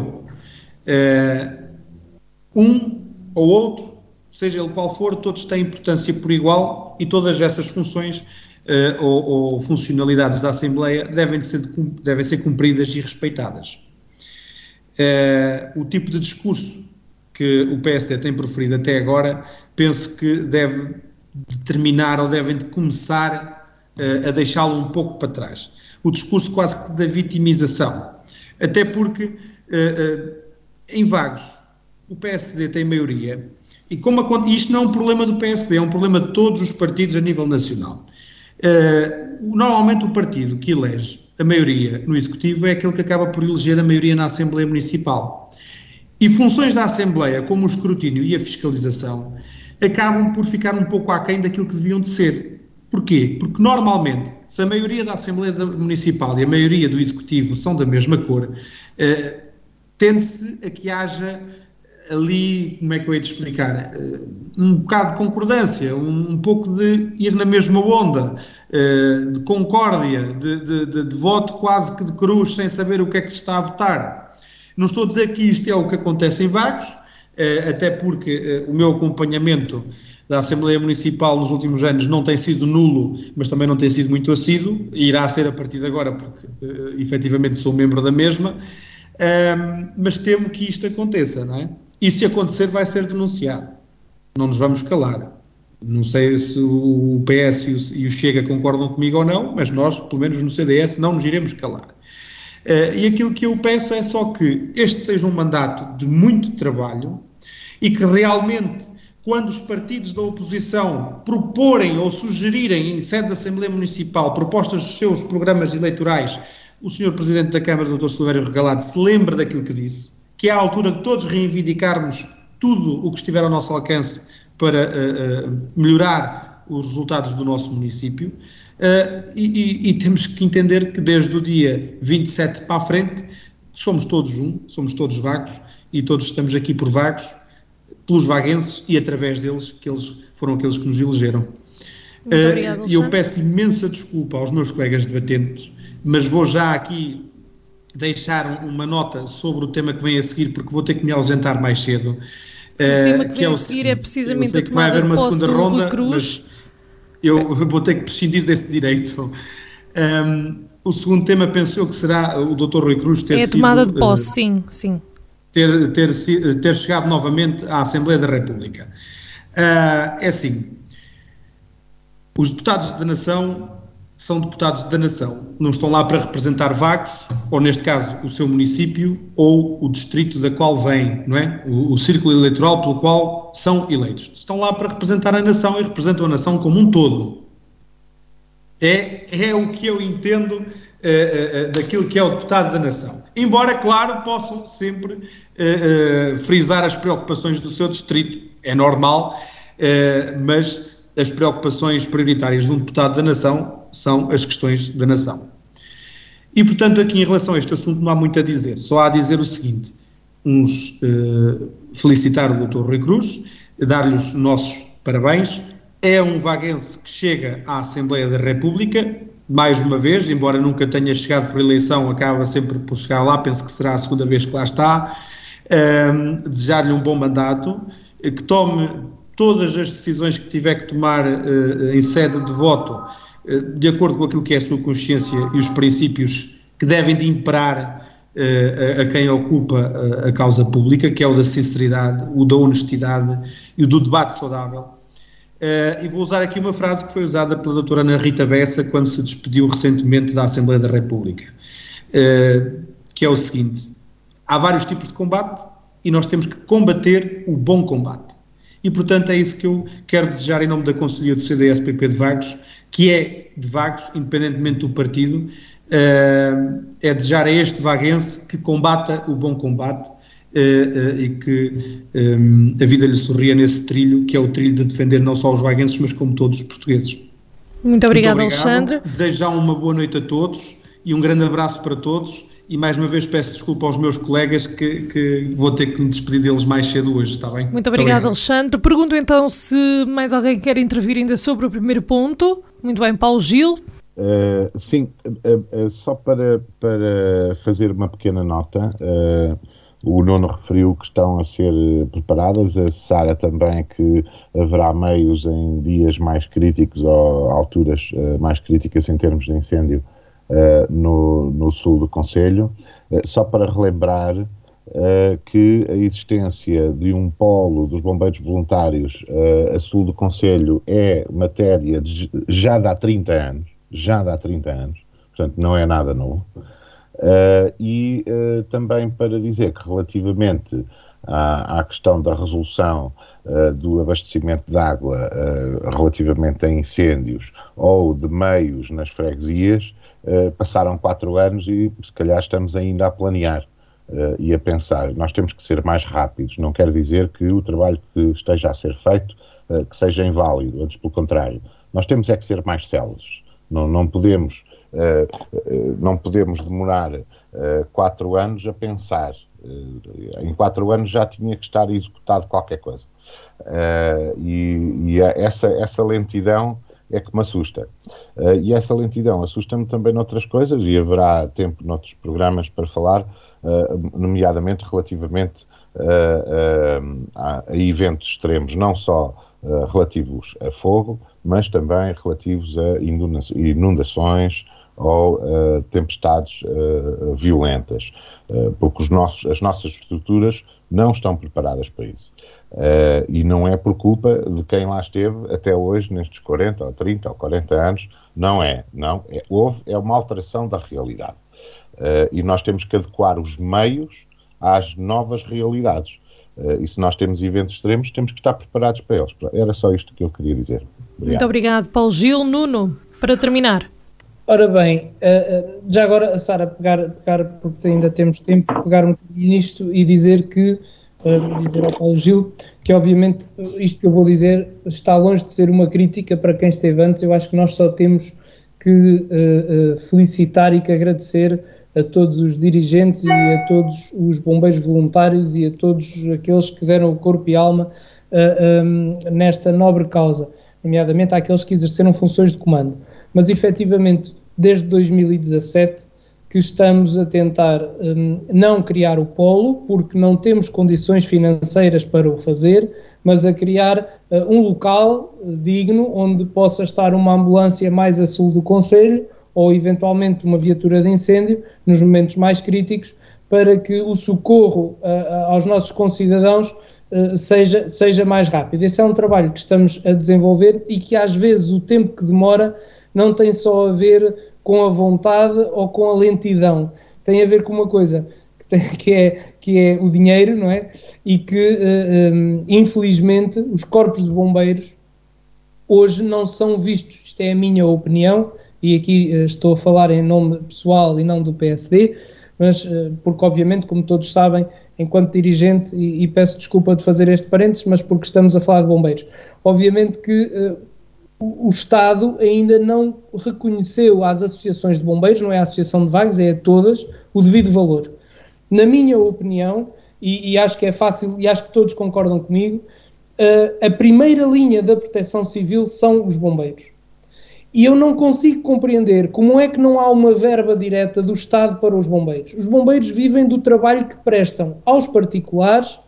Uh, um ou outro, seja ele qual for, todos têm importância por igual e todas essas funções uh, ou, ou funcionalidades da Assembleia devem ser, devem ser cumpridas e respeitadas. Uh, o tipo de discurso que o P S D tem proferido até agora, penso que deve determinar ou devem de começar uh, a deixá-lo um pouco para trás. O discurso quase que da vitimização, até porque uh, uh, em Vagos o P S D tem maioria e como a, isto não é um problema do P S D, é um problema de todos os partidos a nível nacional. Uh, normalmente o partido que elege a maioria no Executivo é aquele que acaba por eleger a maioria na Assembleia Municipal e funções da Assembleia como o escrutínio e a fiscalização acabam por ficar um pouco aquém daquilo que deviam de ser. Porquê? Porque normalmente, se a maioria da Assembleia Municipal e a maioria do Executivo são da mesma cor, eh, tende-se a que haja ali, como é que eu hei de explicar, eh, um bocado de concordância, um, um pouco de ir na mesma onda, eh, de concórdia, de, de, de, de voto quase que de cruz, sem saber o que é que se está a votar. Não estou a dizer que isto é o que acontece em Vagos, eh, até porque eh, o meu acompanhamento da Assembleia Municipal nos últimos anos não tem sido nulo, mas também não tem sido muito assíduo, e irá ser a partir de agora, porque uh, efetivamente sou membro da mesma, uh, mas temo que isto aconteça, não é? E se acontecer vai ser denunciado, não nos vamos calar. Não sei se o P S e o Chega concordam comigo ou não, mas nós, pelo menos no C D S, não nos iremos calar. Uh, e aquilo que eu peço é só que este seja um mandato de muito trabalho e que realmente, quando os partidos da oposição proporem ou sugerirem em sede da Assembleia Municipal propostas dos seus programas eleitorais, o senhor Presidente da Câmara, doutor Silvério Regalado, se lembre daquilo que disse, que é a altura de todos reivindicarmos tudo o que estiver ao nosso alcance para uh, uh, melhorar os resultados do nosso município. Uh, e, e, e temos que entender que desde o dia vinte e sete para a frente somos todos um, somos todos vagos e todos estamos aqui por vagos, pelos vaguenses e através deles, que eles foram aqueles que nos elegeram. E uh, eu peço imensa desculpa aos meus colegas debatentes, mas vou já aqui deixar uma nota sobre o tema que vem a seguir, porque vou ter que me ausentar mais cedo. O tema que, uh, que vem é a seguir é precisamente a tomada vai haver uma segunda ronda, Rui Cruz. Mas eu vou ter que prescindir desse direito. Um, o segundo tema, penso eu, que será o doutor Rui Cruz ter sido... É a tomada sido, de posse, uh, sim, sim. Ter, ter, ter chegado novamente à Assembleia da República. Uh, é assim, os deputados da Nação são deputados da Nação, não estão lá para representar vagos, ou neste caso o seu município, ou o distrito da qual vêm, não é? O, o círculo eleitoral pelo qual são eleitos. Estão lá para representar a Nação e representam a Nação como um todo. É, é o que eu entendo uh, uh, daquilo que é o deputado da Nação. Embora, claro, possam sempre uh, uh, frisar as preocupações do seu distrito, é normal, uh, mas as preocupações prioritárias de um deputado da Nação são as questões da Nação. E, portanto, aqui em relação a este assunto não há muito a dizer, só há a dizer o seguinte: uns uh, felicitar o doutor Rui Cruz, dar-lhe os nossos parabéns. É um vaguense que chega à Assembleia da República, mais uma vez, embora nunca tenha chegado por eleição, acaba sempre por chegar lá, penso que será a segunda vez que lá está. Uh, desejar-lhe um bom mandato, que tome todas as decisões que tiver que tomar uh, em sede de voto, uh, de acordo com aquilo que é a sua consciência e os princípios que devem de imperar uh, a, a quem ocupa a, a causa pública, que é o da sinceridade, o da honestidade e o do debate saudável. Uh, e vou usar aqui uma frase que foi usada pela doutora Ana Rita Bessa quando se despediu recentemente da Assembleia da República, uh, que é o seguinte: há vários tipos de combate e nós temos que combater o bom combate. E, portanto, é isso que eu quero desejar em nome da Conselhia do C D S P P de Vagos, que é de Vagos, independentemente do partido, uh, é desejar a este vaguense que combata o bom combate uh, uh, e que um, a vida lhe sorria nesse trilho, que é o trilho de defender não só os vaguenses, mas como todos os portugueses. Muito obrigado, Muito obrigado. Alexandre. Desejo já uma boa noite a todos e um grande abraço para todos. E mais uma vez peço desculpa aos meus colegas que, que vou ter que me despedir deles mais cedo hoje, está bem? Muito obrigado, Alexandre. Pergunto então se mais alguém quer intervir ainda sobre o primeiro ponto. Muito bem, Paulo Gil. Uh, sim, uh, uh, só para, para fazer uma pequena nota, uh, o Nuno referiu que estão a ser preparadas, a Sara também que haverá meios em dias mais críticos ou alturas uh, mais críticas em termos de incêndio Uh, no, no sul do concelho, uh, só para relembrar uh, que a existência de um polo dos bombeiros voluntários uh, a sul do concelho é matéria de, já de há trinta anos, já de há trinta anos, portanto não é nada novo. Uh, e uh, também para dizer que relativamente à, à questão da resolução uh, do abastecimento de água uh, relativamente a incêndios ou de meios nas freguesias, Uh, passaram quatro anos e se calhar estamos ainda a planear uh, e a pensar. Nós temos que ser mais rápidos, não quer dizer que o trabalho que esteja a ser feito uh, que seja inválido, antes pelo contrário. Nós temos é que ser mais céleres, não, não, podemos, uh, uh, não podemos demorar uh, quatro anos a pensar. Uh, em quatro anos já tinha que estar executado qualquer coisa. Uh, e e essa, essa lentidão é que me assusta. Uh, e essa lentidão assusta-me também noutras coisas, e haverá tempo noutros programas para falar, uh, nomeadamente relativamente uh, uh, a, a eventos extremos, não só uh, relativos a fogo, mas também relativos a inundações ou uh, tempestades uh, violentas, uh, porque os nossos, as nossas estruturas não estão preparadas para isso. Uh, e não é por culpa de quem lá esteve até hoje, nestes quarenta, ou trinta, ou quarenta anos, não é, não, é, houve, é uma alteração da realidade. Uh, e nós temos que adequar os meios às novas realidades. Uh, e se nós temos eventos extremos, temos que estar preparados para eles. Era só isto que eu queria dizer. Obrigado. Muito obrigado, Paulo Gil. Nuno, para terminar. Ora bem, uh, uh, já agora a Sara pegar, pegar, porque ainda temos tempo, pegar um bocadinho nisto e dizer que, uh, dizer ao Paulo Gil, que obviamente isto que eu vou dizer está longe de ser uma crítica para quem esteve antes. Eu acho que nós só temos que uh, uh, felicitar e que agradecer a todos os dirigentes e a todos os bombeiros voluntários e a todos aqueles que deram o corpo e alma uh, um, nesta nobre causa, nomeadamente àqueles que exerceram funções de comando. Mas, efetivamente, desde dois mil e dezassete que estamos a tentar um, não criar o polo, porque não temos condições financeiras para o fazer, mas a criar uh, um local uh, digno, onde possa estar uma ambulância mais a sul do concelho, ou eventualmente uma viatura de incêndio, nos momentos mais críticos, para que o socorro uh, aos nossos concidadãos uh, seja, seja mais rápido. Esse é um trabalho que estamos a desenvolver e que às vezes o tempo que demora não tem só a ver com a vontade ou com a lentidão, tem a ver com uma coisa que, tem, que, é, que é o dinheiro, não é? E que, uh, um, infelizmente, os corpos de bombeiros hoje não são vistos, isto é a minha opinião, e aqui uh, estou a falar em nome pessoal e não do P S D, mas uh, porque obviamente, como todos sabem, enquanto dirigente, e, e peço desculpa de fazer este parênteses, mas porque estamos a falar de bombeiros, obviamente que uh, o, o Estado ainda não reconheceu às associações de bombeiros, não é a Associação de Vagos, é a todas, o devido valor. Na minha opinião, e, e acho que é fácil, e acho que todos concordam comigo, uh, a primeira linha da proteção civil são os bombeiros. E eu não consigo compreender como é que não há uma verba direta do Estado para os bombeiros. Os bombeiros vivem do trabalho que prestam aos particulares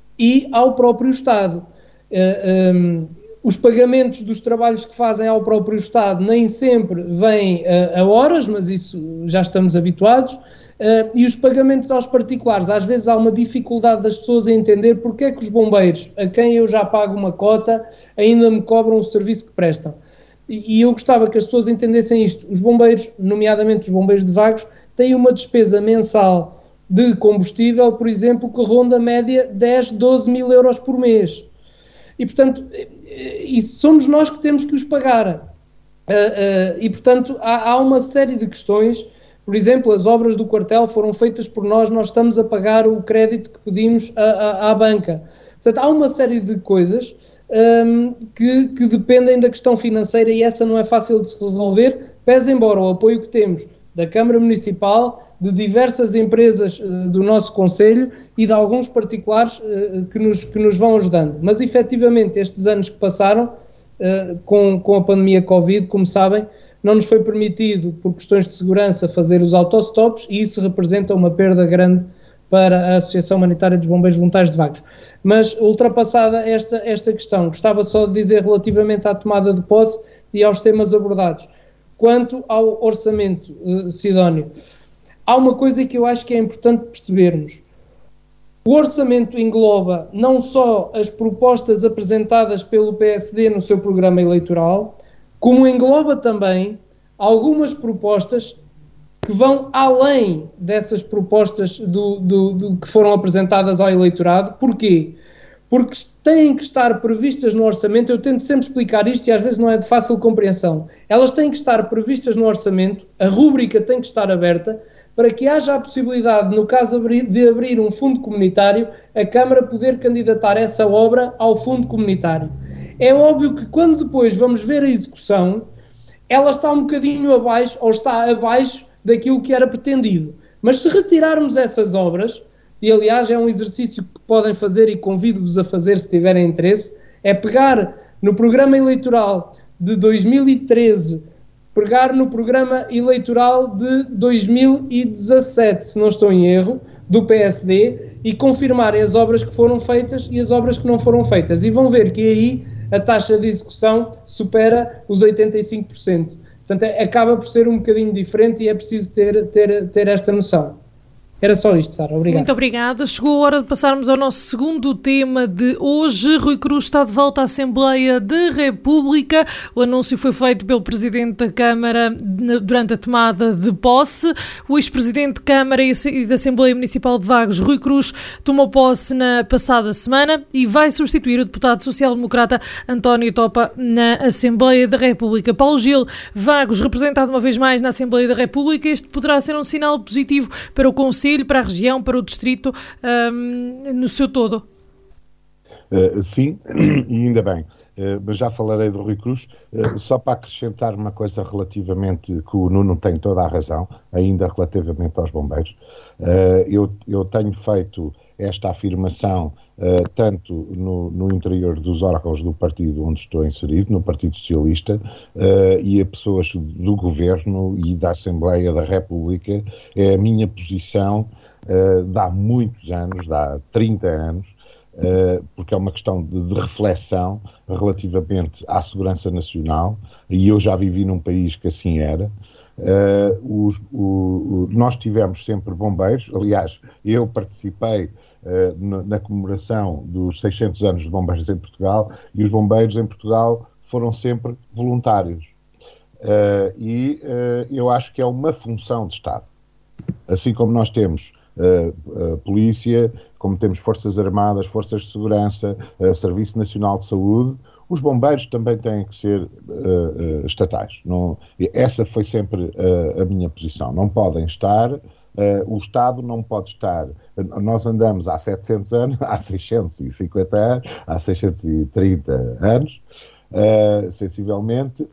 e ao próprio Estado. Uh, um, os pagamentos dos trabalhos que fazem ao próprio Estado nem sempre vêm uh, a horas, mas isso já estamos habituados. Uh, e os pagamentos aos particulares, às vezes há uma dificuldade das pessoas a entender porque é que os bombeiros, a quem eu já pago uma cota, ainda me cobram o serviço que prestam. E eu gostava que as pessoas entendessem isto. Os bombeiros, nomeadamente os bombeiros de Vagos, têm uma despesa mensal de combustível, por exemplo, que ronda a média dez, doze mil euros por mês. E, portanto, e somos nós que temos que os pagar. Uh, uh, e, portanto, há, há uma série de questões. Por exemplo, as obras do quartel foram feitas por nós, nós estamos a pagar o crédito que pedimos à, à, à banca. Portanto, há uma série de coisas Um, que, que dependem da questão financeira e essa não é fácil de se resolver, pese embora o apoio que temos da Câmara Municipal, de diversas empresas uh, do nosso concelho e de alguns particulares uh, que, nos, que nos vão ajudando. Mas efetivamente estes anos que passaram uh, com, com a pandemia Covid, como sabem, não nos foi permitido por questões de segurança fazer os autostops e isso representa uma perda grande para a Associação Humanitária dos Bombeiros Voluntários de Vagos. Mas, ultrapassada esta, esta questão, gostava só de dizer relativamente à tomada de posse e aos temas abordados. Quanto ao orçamento, uh, Sidónio, há uma coisa que eu acho que é importante percebermos. O orçamento engloba não só as propostas apresentadas pelo P S D no seu programa eleitoral, como engloba também algumas propostas que vão além dessas propostas do, do, do que foram apresentadas ao eleitorado. Porquê? Porque têm que estar previstas no orçamento, eu tento sempre explicar isto e às vezes não é de fácil compreensão, elas têm que estar previstas no orçamento, a rúbrica tem que estar aberta, para que haja a possibilidade, no caso de abrir um fundo comunitário, a Câmara poder candidatar essa obra ao fundo comunitário. É óbvio que quando depois vamos ver a execução, ela está um bocadinho abaixo, ou está abaixo daquilo que era pretendido. Mas se retirarmos essas obras, e aliás é um exercício que podem fazer e convido-vos a fazer se tiverem interesse, é pegar no programa eleitoral de dois mil e treze, pegar no programa eleitoral de dois mil e dezassete, se não estou em erro, do P S D, e confirmar as obras que foram feitas e as obras que não foram feitas. E vão ver que aí a taxa de execução supera os oitenta e cinco por cento. Portanto, é, acaba por ser um bocadinho diferente e é preciso ter, ter, ter esta noção. Era só isto, Sara. Obrigado. Muito obrigada. Chegou a hora de passarmos ao nosso segundo tema de hoje. Rui Cruz está de volta à Assembleia da República. O anúncio foi feito pelo Presidente da Câmara durante a tomada de posse. O ex-Presidente de Câmara e da Assembleia Municipal de Vagos, Rui Cruz, tomou posse na passada semana e vai substituir o deputado social-democrata António Topa na Assembleia da República. Paulo Gil, Vagos, representado uma vez mais na Assembleia da República, este poderá ser um sinal positivo para o Conselho, para a região, para o distrito, um, no seu todo? Uh, sim, e ainda bem. Uh, mas já falarei do Rui Cruz. Uh, só para acrescentar uma coisa relativamente, que o Nuno tem toda a razão, ainda relativamente aos bombeiros. Uh, eu, eu tenho feito esta afirmação uh, tanto no, no interior dos órgãos do partido onde estou inserido, no Partido Socialista, uh, e a pessoas do Governo e da Assembleia da República. É a minha posição uh, de há muitos anos, de há trinta anos, uh, porque é uma questão de, de reflexão relativamente à segurança nacional, e eu já vivi num país que assim era. Uh, os, o, o, nós tivemos sempre bombeiros. Aliás, eu participei uh, na, na comemoração dos seiscentos anos de bombeiros em Portugal, e os bombeiros em Portugal foram sempre voluntários. Uh, e uh, eu acho que é uma função de Estado. Assim como nós temos uh, uh, polícia, como temos forças armadas, forças de segurança, uh, Serviço Nacional de Saúde, os bombeiros também têm que ser uh, uh, estatais. Não, essa foi sempre uh, a minha posição. Não podem estar, uh, o Estado não pode estar. Nós andamos há setecentos anos, há seiscentos e cinquenta anos, há seiscentos e trinta anos, uh, sensivelmente,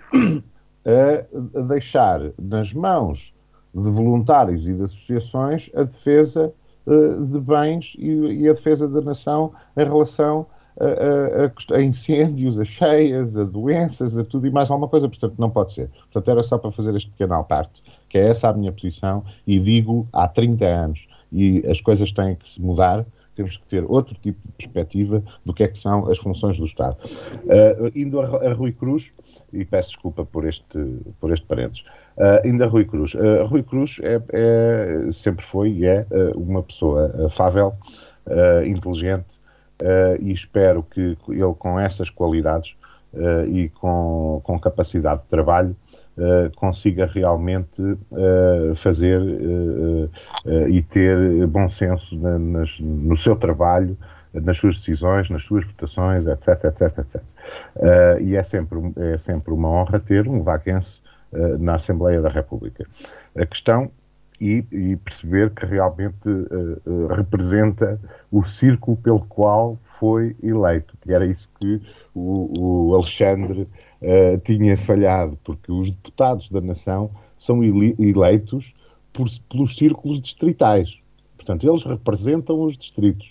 a deixar nas mãos de voluntários e de associações a defesa uh, de bens e, e a defesa da nação em relação A, a, a incêndios, a cheias, a doenças, a tudo e mais alguma coisa. Portanto, não pode ser. Portanto, era só para fazer este pequeno à parte, que é essa a minha posição, e digo há trinta anos, e as coisas têm que se mudar. Temos que ter outro tipo de perspectiva do que é que são as funções do Estado. Uh, indo a, a Rui Cruz, e peço desculpa por este, por este parênteses, uh, indo a Rui Cruz. Uh, Rui Cruz é, é, sempre foi e é uh, uma pessoa afável, uh, inteligente, Uh, e espero que ele, com essas qualidades uh, e com, com capacidade de trabalho, uh, consiga realmente uh, fazer uh, uh, e ter bom senso na, nas, no seu trabalho, nas suas decisões, nas suas votações, etc, etc, etcétera. Uh, e é sempre, é sempre uma honra ter um vaguense uh, na Assembleia da República. A questão E, e perceber que realmente uh, uh, representa o círculo pelo qual foi eleito, que era isso que o, o Alexandre uh, tinha falhado, porque os deputados da nação são ele- eleitos por, pelos círculos distritais. Portanto, eles representam os distritos.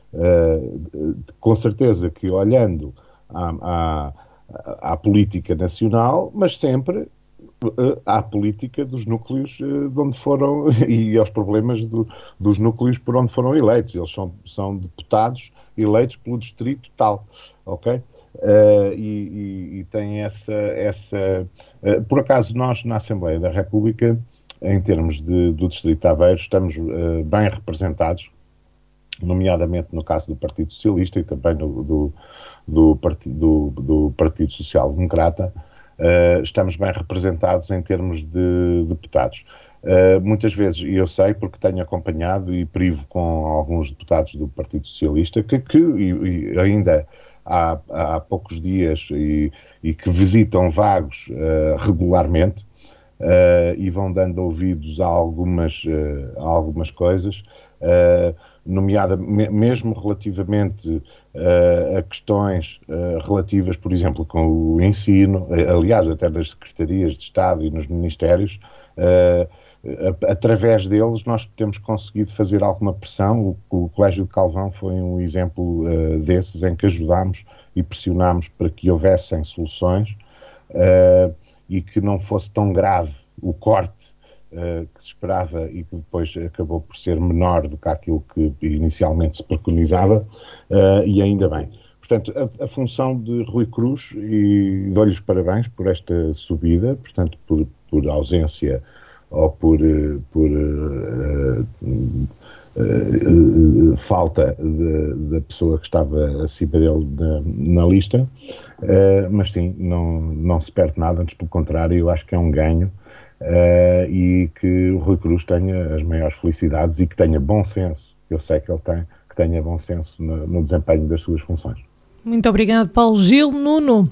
Uh, com certeza que olhando à, à, à política nacional, mas sempre à política dos núcleos de onde foram e aos problemas do, dos núcleos por onde foram eleitos. Eles são, são deputados eleitos pelo distrito tal, ok? Uh, e, e, e tem essa... essa uh, por acaso nós na Assembleia da República, em termos de, do distrito de Aveiro, estamos uh, bem representados, nomeadamente no caso do Partido Socialista e também no, do, do, parti, do, do Partido Social Democrata. Uh, estamos bem representados em termos de deputados. Uh, muitas vezes, e eu sei porque tenho acompanhado e privo com alguns deputados do Partido Socialista que, que e, e ainda há, há poucos dias e, e que visitam Vagos uh, regularmente uh, e vão dando ouvidos a algumas, uh, a algumas coisas, uh, nomeada me, mesmo relativamente Uh, a questões uh, relativas, por exemplo, com o ensino, uh, aliás, até nas secretarias de Estado e nos ministérios, uh, a, através deles nós temos conseguido fazer alguma pressão. O, o Colégio de Calvão foi um exemplo uh, desses, em que ajudámos e pressionámos para que houvessem soluções uh, e que não fosse tão grave o corte Uh, que se esperava e que depois acabou por ser menor do que aquilo que inicialmente se preconizava, uh, e ainda bem. portanto, a, a função de Rui Cruz, e dou-lhe os parabéns por esta subida, portanto, por, por ausência ou por, por uh, uh, uh, uh, falta da pessoa que estava acima dele na, na lista, uh, mas sim, não, não se perde nada, antes pelo contrário, eu acho que é um ganho, uh, e que o Rui Cruz tenha as maiores felicidades e que tenha bom senso, eu sei que ele tem, que tenha bom senso no, no desempenho das suas funções. Muito obrigado, Paulo Gil. Nuno.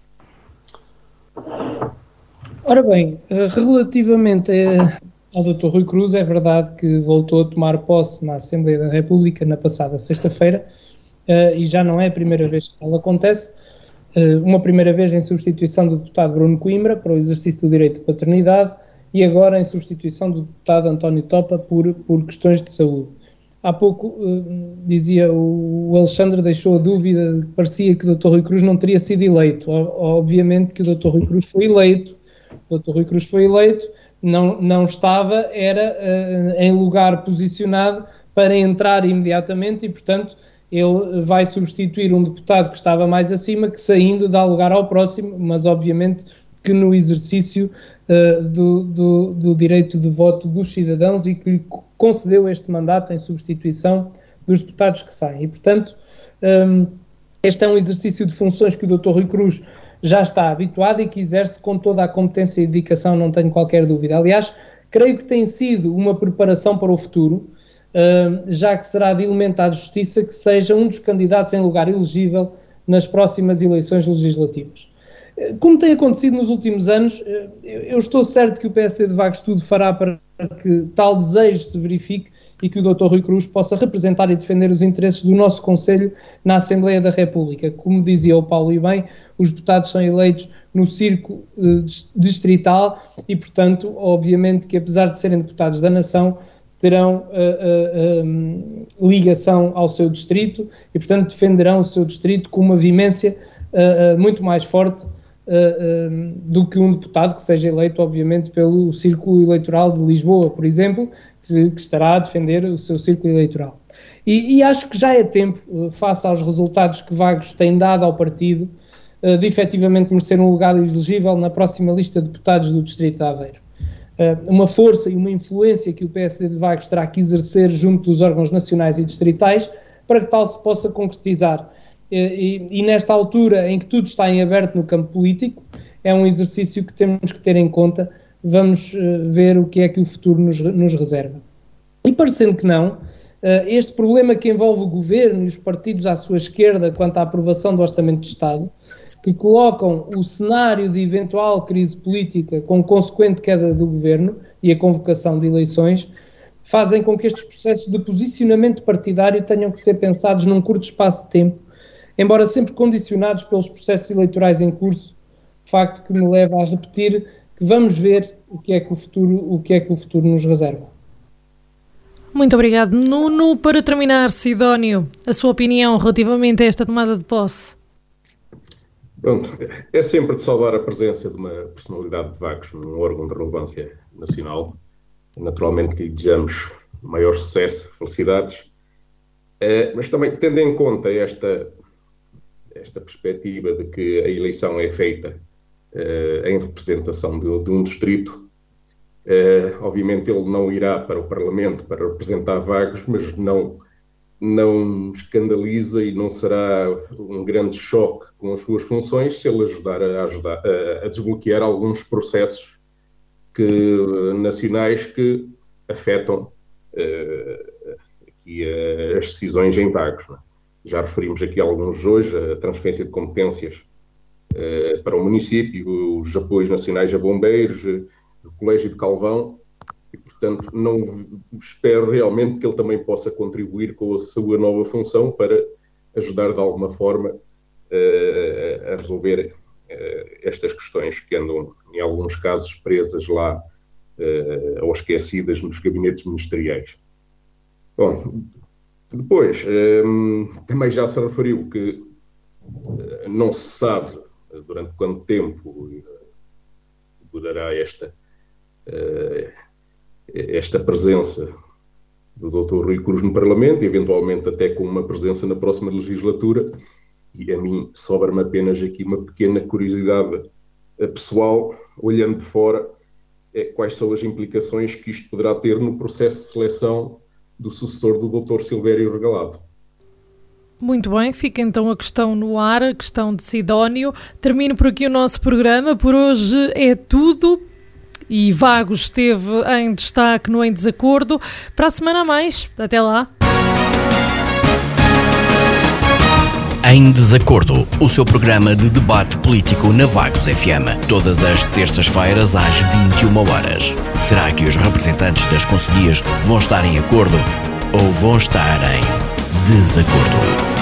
Ora bem, relativamente ao doutor Rui Cruz, é verdade que voltou a tomar posse na Assembleia da República na passada sexta-feira, e já não é a primeira vez que tal acontece. Uma primeira vez em substituição do deputado Bruno Coimbra para o exercício do direito de paternidade e agora em substituição do deputado António Topa por, por questões de saúde. Há pouco uh, dizia o, o Alexandre, deixou a dúvida, parecia que o doutor Rui Cruz não teria sido eleito. O, obviamente que o doutor Rui Cruz foi eleito, o doutor Rui Cruz foi eleito, não, não estava, era uh, em lugar posicionado para entrar imediatamente e, portanto, ele vai substituir um deputado que estava mais acima, que saindo dá lugar ao próximo, mas obviamente que no exercício uh, do, do, do direito de voto dos cidadãos e que lhe concedeu este mandato em substituição dos deputados que saem. E, portanto, um, este é um exercício de funções que o doutor Rui Cruz já está habituado e que exerce com toda a competência e dedicação, não tenho qualquer dúvida. Aliás, creio que tem sido uma preparação para o futuro, uh, já que será de elementar justiça que seja um dos candidatos em lugar elegível nas próximas eleições legislativas. Como tem acontecido nos últimos anos, eu estou certo que o P S D de Vagos tudo fará para que tal desejo se verifique e que o doutor Rui Cruz possa representar e defender os interesses do nosso Conselho na Assembleia da República. Como dizia o Paulo e bem, os deputados são eleitos no círculo uh, distrital e, portanto, obviamente que apesar de serem deputados da nação, terão uh, uh, um, ligação ao seu distrito e, portanto, defenderão o seu distrito com uma vivência uh, uh, muito mais forte Uh, uh, do que um deputado que seja eleito, obviamente, pelo Círculo Eleitoral de Lisboa, por exemplo, que, que estará a defender o seu círculo eleitoral. E, e acho que já é tempo, uh, face aos resultados que Vagos tem dado ao partido, uh, de efetivamente merecer um lugar elegível na próxima lista de deputados do Distrito de Aveiro. Uh, uma força e uma influência que o P S D de Vagos terá que exercer junto dos órgãos nacionais e distritais para que tal se possa concretizar. E, e nesta altura em que tudo está em aberto no campo político, é um exercício que temos que ter em conta. Vamos uh, ver o que é que o futuro nos, nos reserva. E parecendo que não, uh, este problema que envolve o governo e os partidos à sua esquerda quanto à aprovação do Orçamento de Estado, que colocam o cenário de eventual crise política com consequente queda do governo e a convocação de eleições, fazem com que estes processos de posicionamento partidário tenham que ser pensados num curto espaço de tempo, embora sempre condicionados pelos processos eleitorais em curso, facto que me leva a repetir que vamos ver o que é que o futuro, o que é que o futuro nos reserva. Muito obrigado, Nuno. Para terminar, Sidónio, a sua opinião relativamente a esta tomada de posse? Pronto, é sempre de saudar a presença de uma personalidade de Vagos num órgão de relevância nacional. Naturalmente que desejamos maior sucesso, felicidades, uh, mas também tendo em conta esta esta perspectiva de que a eleição é feita uh, em representação de, de um distrito. Uh, obviamente ele não irá para o Parlamento para representar Vagos, mas não, não escandaliza e não será um grande choque com as suas funções se ele ajudar a, ajudar, a, a desbloquear alguns processos que, uh, nacionais que afetam uh, aqui, uh, as decisões em Vagos, não é? Já referimos aqui alguns hoje, a transferência de competências uh, para o município, os apoios nacionais a bombeiros, uh, o Colégio de Calvão, e, portanto, não espero realmente que ele também possa contribuir com a sua nova função para ajudar de alguma forma uh, a resolver uh, estas questões que andam, em alguns casos, presas lá uh, ou esquecidas nos gabinetes ministeriais. Bom, depois, um, também já se referiu que uh, não se sabe uh, durante quanto tempo uh, durará esta, uh, esta presença do doutor Rui Cruz no Parlamento, eventualmente até com uma presença na próxima legislatura, e a mim sobra-me apenas aqui uma pequena curiosidade pessoal, olhando de fora, é, quais são as implicações que isto poderá ter no processo de seleção do sucessor do doutor Silvério Regalado. Muito bem, fica então a questão no ar, a questão de Sidónio. Termino por aqui o nosso programa. Por hoje é tudo. E Vagos esteve em destaque no Em Desacordo. Para a semana a mais. Até lá. Em Desacordo, o seu programa de debate político na Vagos F M. Todas as terças-feiras às vinte e uma horas. Será que os representantes das concelhias vão estar em acordo ou vão estar em desacordo?